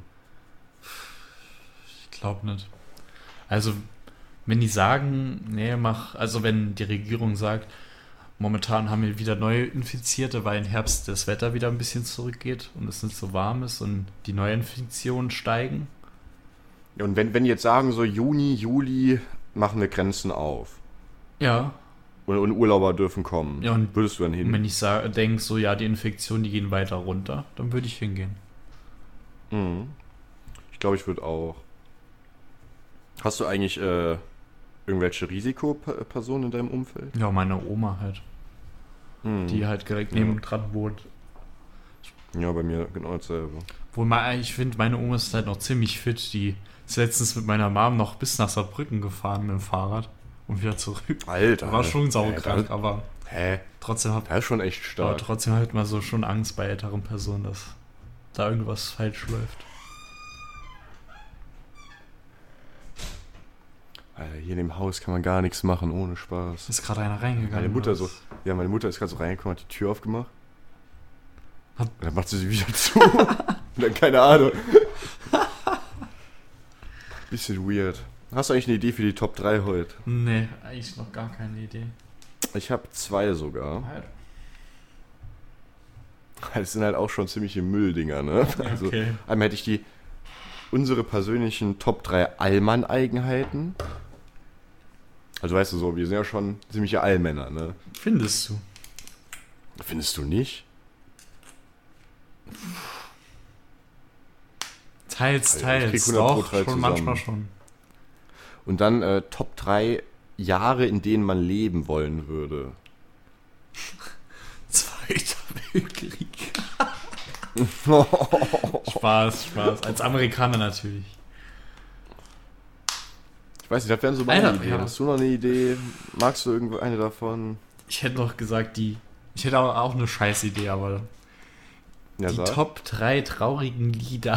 [SPEAKER 1] Ich glaube nicht. Also, wenn die sagen, nee, also wenn die Regierung sagt, momentan haben wir wieder neue Infizierte, weil im Herbst das Wetter wieder ein bisschen zurückgeht und es nicht so warm ist und die Neuinfektionen steigen.
[SPEAKER 2] Ja, und wenn die jetzt sagen, so Juni, Juli machen wir Grenzen auf.
[SPEAKER 1] Ja.
[SPEAKER 2] Und Urlauber dürfen kommen.
[SPEAKER 1] Ja, und
[SPEAKER 2] würdest du dann hin?
[SPEAKER 1] Wenn ich denke, so ja, die Infektionen, die gehen weiter runter, dann würde ich hingehen.
[SPEAKER 2] Mhm. Ich glaube, ich würde auch. Hast du eigentlich irgendwelche Risikopersonen in deinem Umfeld?
[SPEAKER 1] Ja, meine Oma halt. Die halt direkt neben dran wohnt.
[SPEAKER 2] Ja, bei mir genau dasselbe.
[SPEAKER 1] Ich finde, meine Oma ist halt noch ziemlich fit. Die ist letztens mit meiner Mom noch bis nach Saarbrücken gefahren mit dem Fahrrad und wieder zurück.
[SPEAKER 2] Alter.
[SPEAKER 1] War schon saukrank, aber trotzdem
[SPEAKER 2] das ist schon echt stark.
[SPEAKER 1] Aber trotzdem halt mal so schon Angst bei älteren Personen, dass da irgendwas falsch läuft.
[SPEAKER 2] Alter, hier in dem Haus kann man gar nichts machen, ohne Spaß.
[SPEAKER 1] Ist gerade einer reingegangen.
[SPEAKER 2] Meine Mutter ist gerade so reingekommen, hat die Tür aufgemacht. Und dann macht sie wieder zu. Und dann keine Ahnung. Bisschen weird. Hast du eigentlich eine Idee für die Top 3 heute?
[SPEAKER 1] Nee, eigentlich noch gar keine Idee.
[SPEAKER 2] Ich habe 2 sogar. Das sind halt auch schon ziemliche Mülldinger, ne?
[SPEAKER 1] Okay.
[SPEAKER 2] Also, einmal hätte ich unsere persönlichen Top 3 Allmann-Eigenheiten. Also weißt du so, wir sind ja schon ziemliche Allmänner, ne?
[SPEAKER 1] Findest du?
[SPEAKER 2] Findest du nicht?
[SPEAKER 1] Teils.
[SPEAKER 2] Doch,
[SPEAKER 1] schon manchmal schon.
[SPEAKER 2] Und dann Top 3 Jahre, in denen man leben wollen würde.
[SPEAKER 1] Zweiter Weltkrieg. Spaß. Als Amerikaner natürlich.
[SPEAKER 2] Ich weiß nicht, das wären so meine Ideen. Hast du noch eine Idee? Magst du irgendwo eine davon?
[SPEAKER 1] Ich hätte noch gesagt, ich hätte auch eine scheiß Idee, aber die Top 3 traurigen Lieder,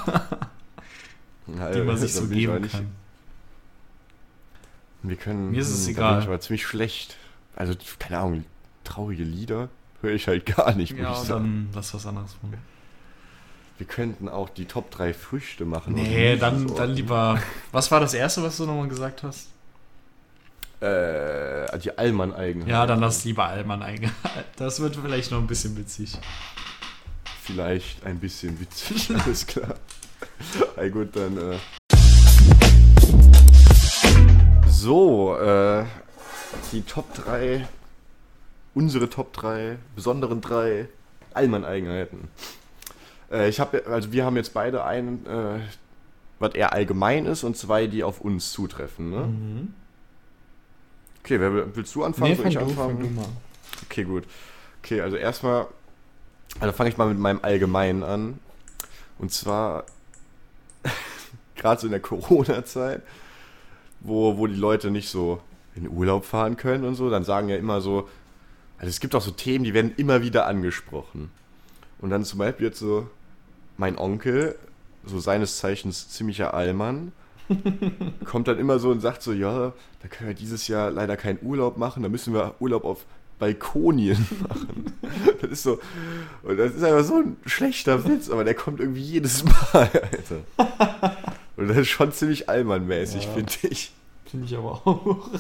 [SPEAKER 1] die man sich so geben kann. Mir ist es egal.
[SPEAKER 2] Da bin ich aber ziemlich schlecht. Also, keine Ahnung, traurige Lieder höre ich halt gar nicht.
[SPEAKER 1] Ja, dann lass was anderes machen.
[SPEAKER 2] Wir könnten auch die Top 3 Früchte machen.
[SPEAKER 1] Nee, dann lieber... Was war das Erste, was du nochmal gesagt hast?
[SPEAKER 2] Die Allmann-Eigenheiten.
[SPEAKER 1] Ja, dann lass lieber Allmann-Eigenheiten. Das wird vielleicht noch ein bisschen witzig.
[SPEAKER 2] Vielleicht ein bisschen witzig, alles klar. Na gut, dann... So, die Top 3, unsere Top 3, besonderen 3 Allmann-Eigenheiten. Wir haben jetzt beide einen, was eher allgemein ist und 2, die auf uns zutreffen, ne? Mhm. Okay, willst du anfangen?
[SPEAKER 1] Nee, fang du mal.
[SPEAKER 2] Okay, gut. Okay, also erstmal Also fange ich mal mit meinem Allgemeinen an. Und zwar, gerade so in der Corona-Zeit, wo die Leute nicht so in Urlaub fahren können und so, dann sagen ja immer so, also es gibt auch so Themen, die werden immer wieder angesprochen. Und dann zum Beispiel jetzt so mein Onkel, so seines Zeichens ziemlicher Allmann, kommt dann immer so und sagt so, ja, da können wir dieses Jahr leider keinen Urlaub machen, da müssen wir Urlaub auf Balkonien machen. Das ist so, und das ist einfach so ein schlechter Witz, aber der kommt irgendwie jedes Mal, Alter. Und das ist schon ziemlich Allmann-mäßig, finde ich.
[SPEAKER 1] Finde ich aber auch.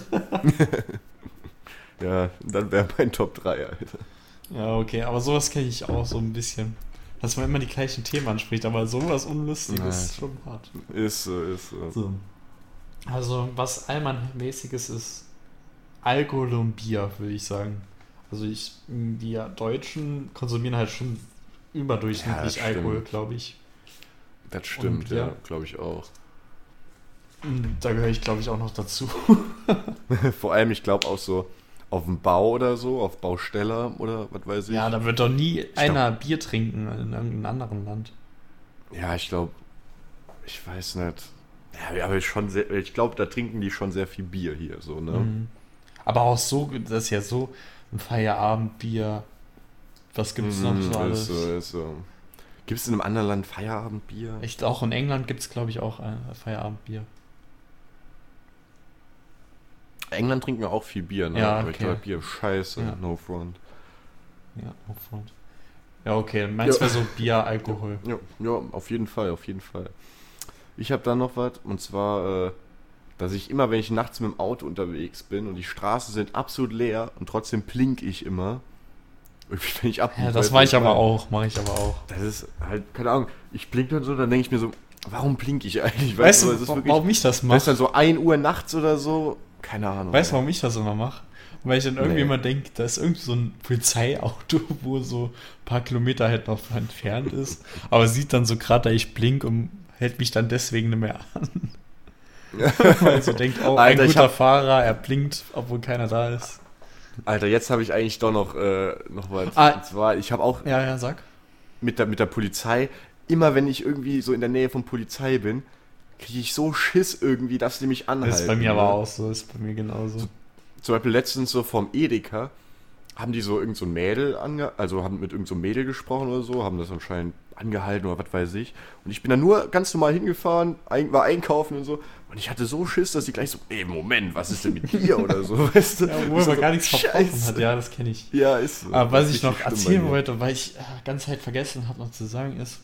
[SPEAKER 2] Ja, dann wäre mein Top 3, Alter.
[SPEAKER 1] Ja, okay, aber sowas kenne ich auch so ein bisschen. Dass man immer die gleichen Themen anspricht, aber sowas Unlustiges ist schon hart.
[SPEAKER 2] Ist so.
[SPEAKER 1] So. Also, was Allmann-mäßiges ist Alkohol und Bier, würde ich sagen. Also, wir Deutschen konsumieren halt schon überdurchschnittlich Alkohol, glaube ich.
[SPEAKER 2] Das stimmt, ja, glaube ich auch.
[SPEAKER 1] Da gehöre ich, glaube ich, auch noch dazu.
[SPEAKER 2] Vor allem, ich glaube auch so auf dem Bau oder so, auf Baustelle oder was weiß ich.
[SPEAKER 1] Ja, da wird doch nie einer Bier trinken in irgendeinem anderen Land.
[SPEAKER 2] Ja, ich glaube, ich weiß nicht. Ja, aber ich glaube, da trinken die schon sehr viel Bier hier, so, ne?
[SPEAKER 1] Mhm. Aber auch so, das ist ja so ein Feierabendbier. Was gibt es noch so alles?
[SPEAKER 2] Ist so. Gibt es in einem anderen Land Feierabendbier?
[SPEAKER 1] Echt, auch in England gibt es, glaube ich, auch Feierabendbier.
[SPEAKER 2] England trinken auch viel Bier, ne?
[SPEAKER 1] Ja,
[SPEAKER 2] aber
[SPEAKER 1] okay.
[SPEAKER 2] ich glaube, Bier ist scheiße,
[SPEAKER 1] Ja.
[SPEAKER 2] no front.
[SPEAKER 1] Ja, no front. Ja, okay, meinst du so Bier, Alkohol?
[SPEAKER 2] Ja, auf jeden Fall. Ich habe da noch was, und zwar, dass ich immer, wenn ich nachts mit dem Auto unterwegs bin und die Straßen sind absolut leer und trotzdem plink ich immer. Irgendwie, wenn ich
[SPEAKER 1] Ja, das mache ich aber auch.
[SPEAKER 2] Das ist halt, keine Ahnung, ich blink dann so, dann denke ich mir so, warum blink ich eigentlich?
[SPEAKER 1] Weißt du, warum ich das mache?
[SPEAKER 2] Weißt du, dann so 1 Uhr nachts oder so, keine Ahnung.
[SPEAKER 1] Weißt du, warum ich das immer mache? Weil ich dann irgendwie immer denke, da ist irgendwie so ein Polizeiauto, wo so ein paar Kilometer halt noch entfernt ist, aber sieht dann so gerade, da ich blink und hält mich dann deswegen nicht mehr an. Weil so denkt, oh, Alter, ein guter Fahrer, er blinkt, obwohl keiner da ist.
[SPEAKER 2] Alter, jetzt habe ich eigentlich doch noch was. Und zwar, ich habe auch
[SPEAKER 1] sag.
[SPEAKER 2] Mit der Polizei, immer wenn ich irgendwie so in der Nähe von Polizei bin, kriege ich so Schiss irgendwie, dass die mich anhalten.
[SPEAKER 1] Das ist bei mir aber auch so, ist bei mir genauso.
[SPEAKER 2] So, zum Beispiel letztens so vom Edeka haben die so irgend so ein Mädel haben mit irgend so einem Mädel gesprochen oder so, haben das anscheinend angehalten oder was weiß ich. Und ich bin dann nur ganz normal hingefahren, war einkaufen und so. Und ich hatte so Schiss, dass sie gleich so, Moment, was ist denn mit dir oder so, weißt du?
[SPEAKER 1] Ja, obwohl man gar nichts verbrochen hat, ja, das kenne ich.
[SPEAKER 2] Ja, ist so.
[SPEAKER 1] Aber was ich noch erzählen wollte, weil ich ganz Zeit vergessen habe noch zu sagen, ist,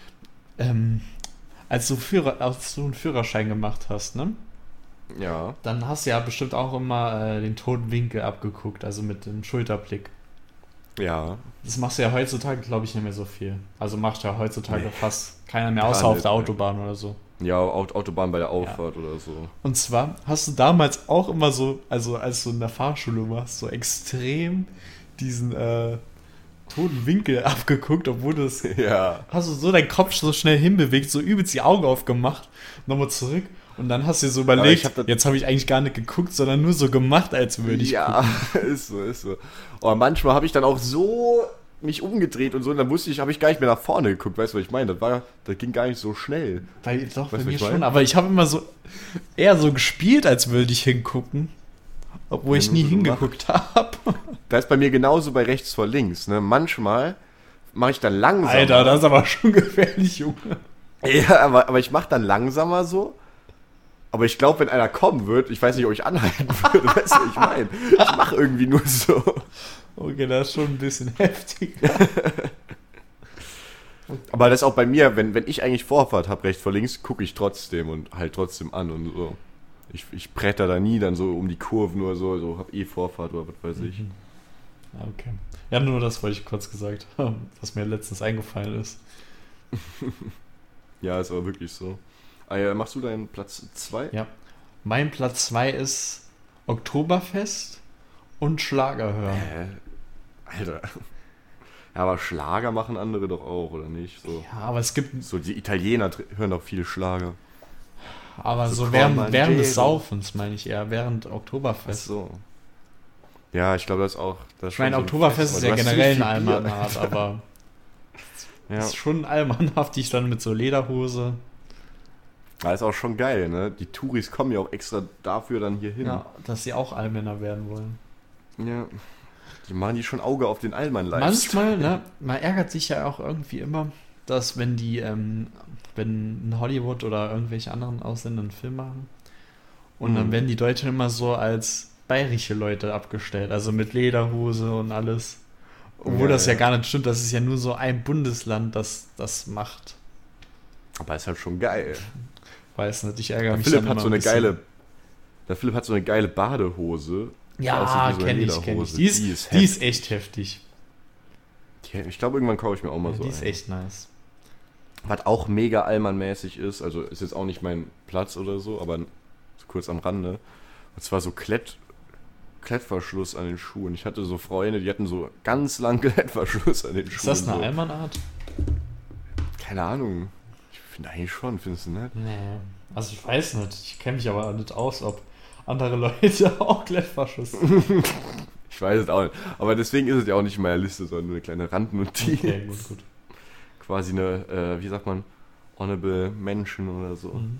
[SPEAKER 1] als du einen Führerschein gemacht hast, ne?
[SPEAKER 2] Ja.
[SPEAKER 1] Dann hast du ja bestimmt auch immer den toten Winkel abgeguckt, also mit dem Schulterblick.
[SPEAKER 2] Ja.
[SPEAKER 1] Das machst du ja heutzutage, glaube ich, nicht mehr so viel. Also macht ja heutzutage fast keiner mehr, außer auf der Autobahn oder so.
[SPEAKER 2] Ja, Autobahn bei der Auffahrt oder so.
[SPEAKER 1] Und zwar hast du damals auch immer so, also als du in der Fahrschule warst, so extrem diesen toten Winkel abgeguckt, obwohl das hast du so deinen Kopf so schnell hinbewegt, so übelst die Augen aufgemacht, nochmal zurück und dann hast du dir so überlegt, jetzt habe ich eigentlich gar nicht geguckt, sondern nur so gemacht, als würde ich gucken.
[SPEAKER 2] Ja, ist so. Und manchmal habe ich dann auch so mich umgedreht und so, und dann habe ich gar nicht mehr nach vorne geguckt, weißt du, was ich meine? Das ging gar nicht so schnell.
[SPEAKER 1] Doch, bei mir schon, aber ich habe immer so eher so gespielt, als würde ich hingucken, obwohl ich nie hingeguckt habe.
[SPEAKER 2] Das ist bei mir genauso bei rechts vor links, ne? Manchmal mache ich dann langsamer.
[SPEAKER 1] Alter, das ist aber schon gefährlich, Junge.
[SPEAKER 2] Ja, aber ich mache dann langsamer so. Aber ich glaube, wenn einer kommen wird, ich weiß nicht, ob ich anhalten würde, weißt du, was ich meine? Ich mache irgendwie nur so.
[SPEAKER 1] Okay, das ist schon ein bisschen heftiger.
[SPEAKER 2] Aber das ist auch bei mir, wenn ich eigentlich Vorfahrt habe, rechts vor links, gucke ich trotzdem und halt trotzdem an und so. Ich bretter da nie dann so um die Kurven oder so hab Vorfahrt oder was weiß ich.
[SPEAKER 1] Okay. Ja, nur das wollte ich kurz gesagt haben, was mir letztens eingefallen ist.
[SPEAKER 2] Ja, ist aber wirklich so. Machst du deinen Platz 2?
[SPEAKER 1] Ja. Mein Platz 2 ist Oktoberfest und Schlager hören.
[SPEAKER 2] Alter. Ja, aber Schlager machen andere doch auch, oder nicht? So.
[SPEAKER 1] Ja, aber es gibt...
[SPEAKER 2] So, die Italiener hören doch viele Schlager.
[SPEAKER 1] Aber so während des Saufens, meine ich eher, während Oktoberfest.
[SPEAKER 2] Ach so. Ja, ich glaube, das ist auch...
[SPEAKER 1] Ich meine, Oktoberfest ist ja generell eine Allmannart, aber...
[SPEAKER 2] Ja.
[SPEAKER 1] Ist schon allmannhaftig dann mit so Lederhose.
[SPEAKER 2] Das ist auch schon geil, ne? Die Touris kommen ja auch extra dafür dann hier hin.
[SPEAKER 1] Ja, dass sie auch Allmänner werden wollen.
[SPEAKER 2] Ja. Die machen die schon Auge auf den Allmann-Lifestyle.
[SPEAKER 1] Manchmal, ne, man ärgert sich ja auch irgendwie immer, dass wenn wenn in Hollywood oder irgendwelche anderen Ausländer einen Film machen und dann werden die Deutschen immer so als bayerische Leute abgestellt, also mit Lederhose und alles. Obwohl das ja gar nicht stimmt, das ist ja nur so ein Bundesland, das das macht.
[SPEAKER 2] Aber ist halt schon geil.
[SPEAKER 1] Weiß nicht, ich ärgere mich
[SPEAKER 2] Philipp
[SPEAKER 1] dann
[SPEAKER 2] hat
[SPEAKER 1] immer
[SPEAKER 2] so
[SPEAKER 1] ein
[SPEAKER 2] eine
[SPEAKER 1] bisschen.
[SPEAKER 2] geile. Der Philipp hat so eine geile Badehose.
[SPEAKER 1] Ja,
[SPEAKER 2] aussieht wie so eine
[SPEAKER 1] kenn ich.
[SPEAKER 2] Lederhose.
[SPEAKER 1] Die
[SPEAKER 2] heftig.
[SPEAKER 1] ist echt heftig.
[SPEAKER 2] Ich glaube, irgendwann kaufe ich mir auch mal
[SPEAKER 1] Ja,
[SPEAKER 2] so
[SPEAKER 1] die ist
[SPEAKER 2] eine.
[SPEAKER 1] echt nice.
[SPEAKER 2] Was auch mega Allmann-mäßig ist, also ist jetzt auch nicht mein Platz oder so, aber so kurz am Rande. Und zwar so Klettverschluss an den Schuhen. Ich hatte so Freunde, die hatten so ganz lang Klettverschluss an den Schuhen.
[SPEAKER 1] Ist das eine
[SPEAKER 2] so.
[SPEAKER 1] Allmannart?
[SPEAKER 2] Keine Ahnung. Ich finde eigentlich schon, findest du nicht?
[SPEAKER 1] Nee. Also ich weiß nicht. Ich kenne mich aber nicht aus, ob andere Leute auch Klettverschluss.
[SPEAKER 2] Ich weiß es auch nicht. Aber deswegen ist es ja auch nicht in meiner Liste, sondern nur eine kleine Randnotiz.
[SPEAKER 1] Okay, gut.
[SPEAKER 2] Quasi eine, wie sagt man, Honorable Mention oder so.
[SPEAKER 1] Mhm.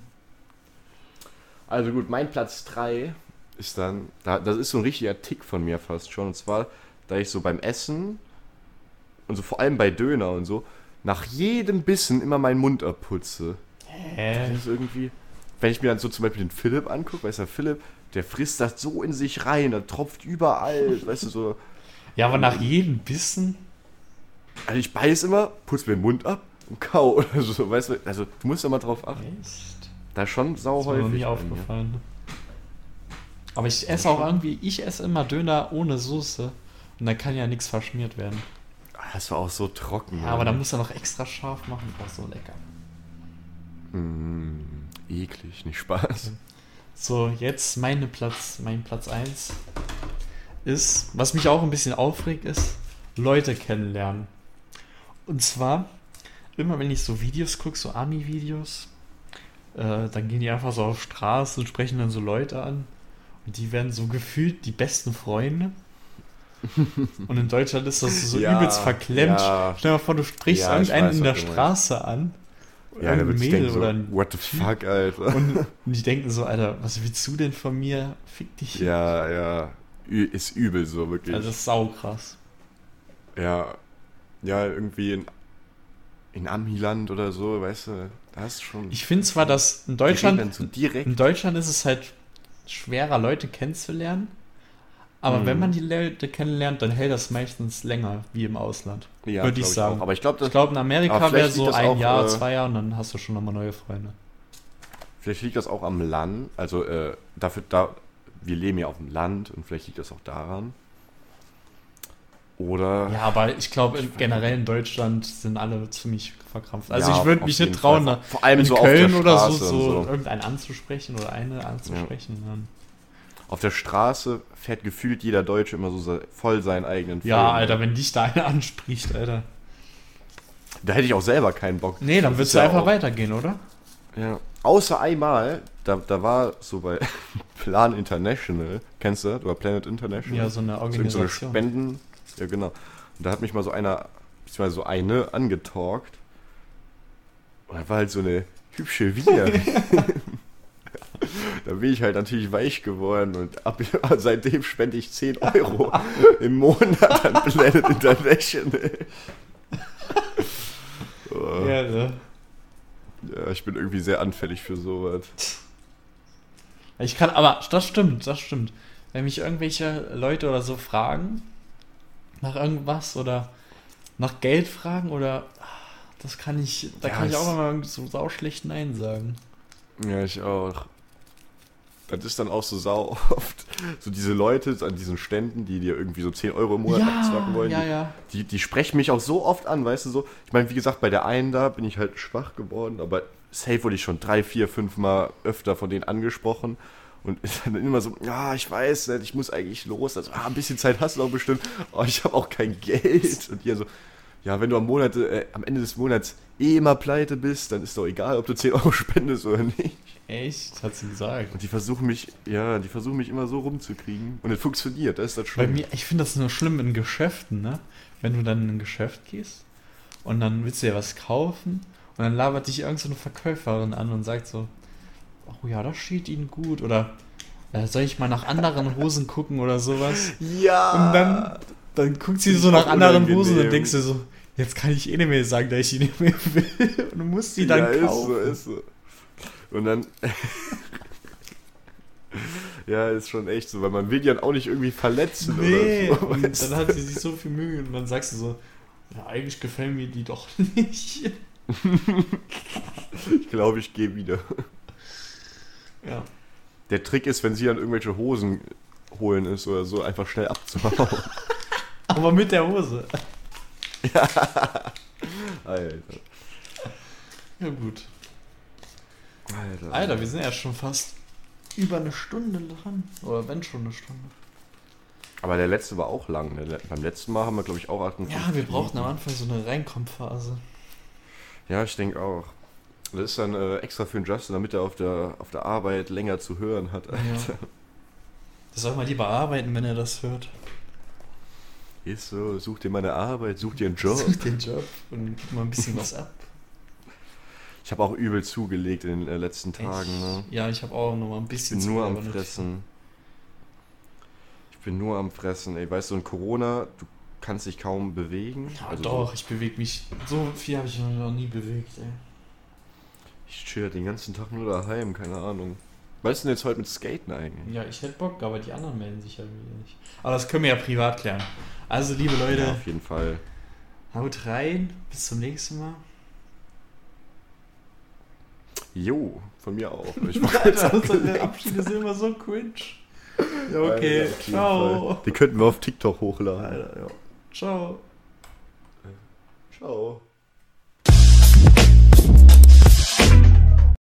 [SPEAKER 2] Also gut, mein Platz 3 ist dann, das ist so ein richtiger Tick von mir fast schon. Und zwar, da ich so beim Essen und so vor allem bei Döner und so, nach jedem Bissen immer meinen Mund abputze. Das ist irgendwie, wenn ich mir dann so zum Beispiel den Philipp angucke, weißt du, Philipp, der frisst das so in sich rein, da tropft überall, weißt du, so.
[SPEAKER 1] Ja, aber nach jedem Bissen?
[SPEAKER 2] Also ich beiß immer, putz mir den Mund ab und kau oder so, weißt du, also du musst immer drauf achten.
[SPEAKER 1] Echt?
[SPEAKER 2] Da ist schon sau
[SPEAKER 1] Das ist mir noch
[SPEAKER 2] häufig.
[SPEAKER 1] nie
[SPEAKER 2] bei mir.
[SPEAKER 1] aufgefallen. Aber ich esse auch irgendwie, ich esse immer Döner ohne Soße. Und dann kann ja nichts verschmiert werden.
[SPEAKER 2] Das war auch so trocken.
[SPEAKER 1] Ja, aber da muss er noch extra scharf machen. Auch so lecker.
[SPEAKER 2] Eklig, nicht Spaß.
[SPEAKER 1] So, jetzt mein Platz 1 ist, was mich auch ein bisschen aufregt, ist Leute kennenlernen. Und zwar, immer wenn ich so Videos gucke, so Ami-Videos, dann gehen die einfach so auf Straße und sprechen dann so Leute an. Und die werden so gefühlt die besten Freunde. Und in Deutschland ist das so
[SPEAKER 2] Ja,
[SPEAKER 1] übelst verklemmt.
[SPEAKER 2] ja.
[SPEAKER 1] Stell dir mal vor, du sprichst
[SPEAKER 2] Ja, ich
[SPEAKER 1] irgendeinen
[SPEAKER 2] weiß,
[SPEAKER 1] in der
[SPEAKER 2] was du
[SPEAKER 1] Straße an.
[SPEAKER 2] Ja, da
[SPEAKER 1] Irgendein
[SPEAKER 2] wird's
[SPEAKER 1] Mädel
[SPEAKER 2] denken so,
[SPEAKER 1] oder ein
[SPEAKER 2] what the fuck, Alter.
[SPEAKER 1] und die denken so, Alter, was willst du denn von mir? Fick dich.
[SPEAKER 2] Ja, ja. Ist übel so, wirklich.
[SPEAKER 1] Also das ist saukrass.
[SPEAKER 2] Ja. Ja, irgendwie in Amiland oder so, weißt du, da ist schon.
[SPEAKER 1] Ich finde zwar, dass in
[SPEAKER 2] die reden dann
[SPEAKER 1] Deutschland,
[SPEAKER 2] so direkt.
[SPEAKER 1] in Deutschland ist es halt schwerer, Leute kennenzulernen. Aber wenn man die Leute kennenlernt, dann hält das meistens länger, wie im Ausland.
[SPEAKER 2] Ja,
[SPEAKER 1] würde ich
[SPEAKER 2] glaub
[SPEAKER 1] sagen.
[SPEAKER 2] auch. Aber ich glaube,
[SPEAKER 1] Ich glaube, in
[SPEAKER 2] aber
[SPEAKER 1] Amerika
[SPEAKER 2] vielleicht
[SPEAKER 1] wäre
[SPEAKER 2] liegt
[SPEAKER 1] so
[SPEAKER 2] das
[SPEAKER 1] ein
[SPEAKER 2] auch,
[SPEAKER 1] Jahr, 2 Jahre und dann hast du schon nochmal neue Freunde.
[SPEAKER 2] vielleicht liegt das auch am Land. Also, wir leben ja auf dem Land und vielleicht liegt das auch daran. Oder.
[SPEAKER 1] Ja, aber ich glaube, generell in Deutschland sind alle ziemlich verkrampft. Also
[SPEAKER 2] Ja,
[SPEAKER 1] ich würde
[SPEAKER 2] auf
[SPEAKER 1] mich
[SPEAKER 2] jeden
[SPEAKER 1] nicht trauen,
[SPEAKER 2] Fall. Vor allem
[SPEAKER 1] in
[SPEAKER 2] so auf
[SPEAKER 1] Köln
[SPEAKER 2] der
[SPEAKER 1] oder so,
[SPEAKER 2] Straße und so.
[SPEAKER 1] irgendeinen anzusprechen oder eine anzusprechen.
[SPEAKER 2] Auf der Straße fährt gefühlt jeder Deutsche immer so voll seinen eigenen Film.
[SPEAKER 1] Ja, Alter, wenn dich da einer anspricht, Alter.
[SPEAKER 2] Da hätte ich auch selber keinen Bock.
[SPEAKER 1] Nee, dann
[SPEAKER 2] Das
[SPEAKER 1] würdest
[SPEAKER 2] ist
[SPEAKER 1] du
[SPEAKER 2] ja
[SPEAKER 1] einfach
[SPEAKER 2] auch-
[SPEAKER 1] weitergehen, oder?
[SPEAKER 2] Ja. Außer einmal, da war so bei Plan International, kennst du das? Oder Planet International?
[SPEAKER 1] Ja, so eine
[SPEAKER 2] So
[SPEAKER 1] Organisation.
[SPEAKER 2] Spenden. Ja, genau. Und da hat mich mal so einer, beziehungsweise so eine angetalkt. Und da war halt so eine hübsche Wir. Da bin ich halt natürlich weich geworden und seitdem spende ich 10 Euro im Monat an Planet International. Oh.
[SPEAKER 1] Ja, ne?
[SPEAKER 2] Ja, ich bin irgendwie sehr anfällig für sowas.
[SPEAKER 1] Ich kann, aber das stimmt. Wenn mich irgendwelche Leute oder so fragen, nach irgendwas oder nach Geld fragen oder das kann ich, da
[SPEAKER 2] Ja,
[SPEAKER 1] kann ich auch
[SPEAKER 2] es-
[SPEAKER 1] immer so sauschlecht Nein sagen.
[SPEAKER 2] Ja, ich auch. Das ist dann auch so sau oft. So diese Leute an diesen Ständen, die dir irgendwie so 10 Euro im Monat abzwacken wollen.
[SPEAKER 1] ja.
[SPEAKER 2] Die sprechen mich auch so oft an, weißt du so. Ich meine, wie gesagt, bei der einen da bin ich halt schwach geworden, aber safe wurde ich schon 3, 4, 5 Mal öfter von denen angesprochen. Und ist dann immer so, ja, ich weiß nicht, ich muss eigentlich los. Also, ein bisschen Zeit hast du doch bestimmt. Oh, ich habe auch kein Geld. Und hier so, ja, wenn du am Ende des Monats immer pleite bist, dann ist doch egal, ob du 10 Euro spendest oder nicht.
[SPEAKER 1] Echt? Hat sie gesagt.
[SPEAKER 2] Und die versuchen mich immer so rumzukriegen. Und es funktioniert, das ist das
[SPEAKER 1] Bei
[SPEAKER 2] Schlimme.
[SPEAKER 1] mir, ich finde das nur schlimm in Geschäften, ne? Wenn du dann in ein Geschäft gehst und dann willst du ja was kaufen und dann labert dich irgend so eine Verkäuferin an und sagt so, oh ja, das steht Ihnen gut oder soll ich mal nach anderen Hosen gucken oder sowas?
[SPEAKER 2] Ja!
[SPEAKER 1] Und dann guckt sie so nach anderen Hosen und denkst du so, jetzt kann ich eh nicht mehr sagen, dass ich die nicht mehr will. Und du musst die dann kaufen.
[SPEAKER 2] Ist so. Und dann... ja, ist schon echt so, weil man will die dann auch nicht irgendwie verletzen oder so.
[SPEAKER 1] Und dann hat sie sich so viel Mühe und dann sagst du so, ja, eigentlich gefallen mir die doch nicht.
[SPEAKER 2] Ich glaube, ich gehe wieder.
[SPEAKER 1] Ja.
[SPEAKER 2] Der Trick ist, wenn sie dann irgendwelche Hosen holen ist oder so, einfach schnell abzuhauen.
[SPEAKER 1] Aber mit der Hose.
[SPEAKER 2] Ja. Alter.
[SPEAKER 1] Ja gut.
[SPEAKER 2] Alter,
[SPEAKER 1] wir sind ja schon fast über eine Stunde dran. Oder wenn schon eine Stunde.
[SPEAKER 2] Aber der letzte war auch lang. Beim letzten Mal haben wir, glaube ich, auch 58
[SPEAKER 1] Ja, wir brauchten am Anfang so eine Reinkommphase.
[SPEAKER 2] Ja, ich denke auch. Das ist dann extra für den Justin, damit er auf der Arbeit länger zu hören hat. Alter.
[SPEAKER 1] Ja. Das soll mal lieber arbeiten, wenn er das hört.
[SPEAKER 2] Ist so, such dir mal eine Arbeit, such dir einen Job.
[SPEAKER 1] Such den Job und gib mal ein bisschen was ab.
[SPEAKER 2] Ich habe auch übel zugelegt in den letzten Tagen. Ne?
[SPEAKER 1] Ja, ich habe auch noch mal ein bisschen
[SPEAKER 2] Ich bin nur am Fressen. Ich bin nur am Fressen. Ey, weißt du, in Corona, du kannst dich kaum bewegen.
[SPEAKER 1] Ja,
[SPEAKER 2] also
[SPEAKER 1] doch,
[SPEAKER 2] so,
[SPEAKER 1] ich bewege mich. So viel habe ich noch nie bewegt, ey.
[SPEAKER 2] ich chill den ganzen Tag nur daheim, keine Ahnung. Was ist denn jetzt heute mit Skaten eigentlich?
[SPEAKER 1] Ja, ich hätte Bock, aber die anderen melden sich ja wieder nicht. Aber das können wir ja privat klären. Also, liebe Leute,
[SPEAKER 2] Ja, auf jeden Fall.
[SPEAKER 1] haut rein. Bis zum nächsten Mal.
[SPEAKER 2] Jo, von mir auch. Ich
[SPEAKER 1] Unsere Abschiede sind immer so cringe. Ja, okay.
[SPEAKER 2] Alter,
[SPEAKER 1] Ciao.
[SPEAKER 2] Die könnten wir auf TikTok hochladen.
[SPEAKER 1] Alter, ja. Ciao.
[SPEAKER 2] Ciao.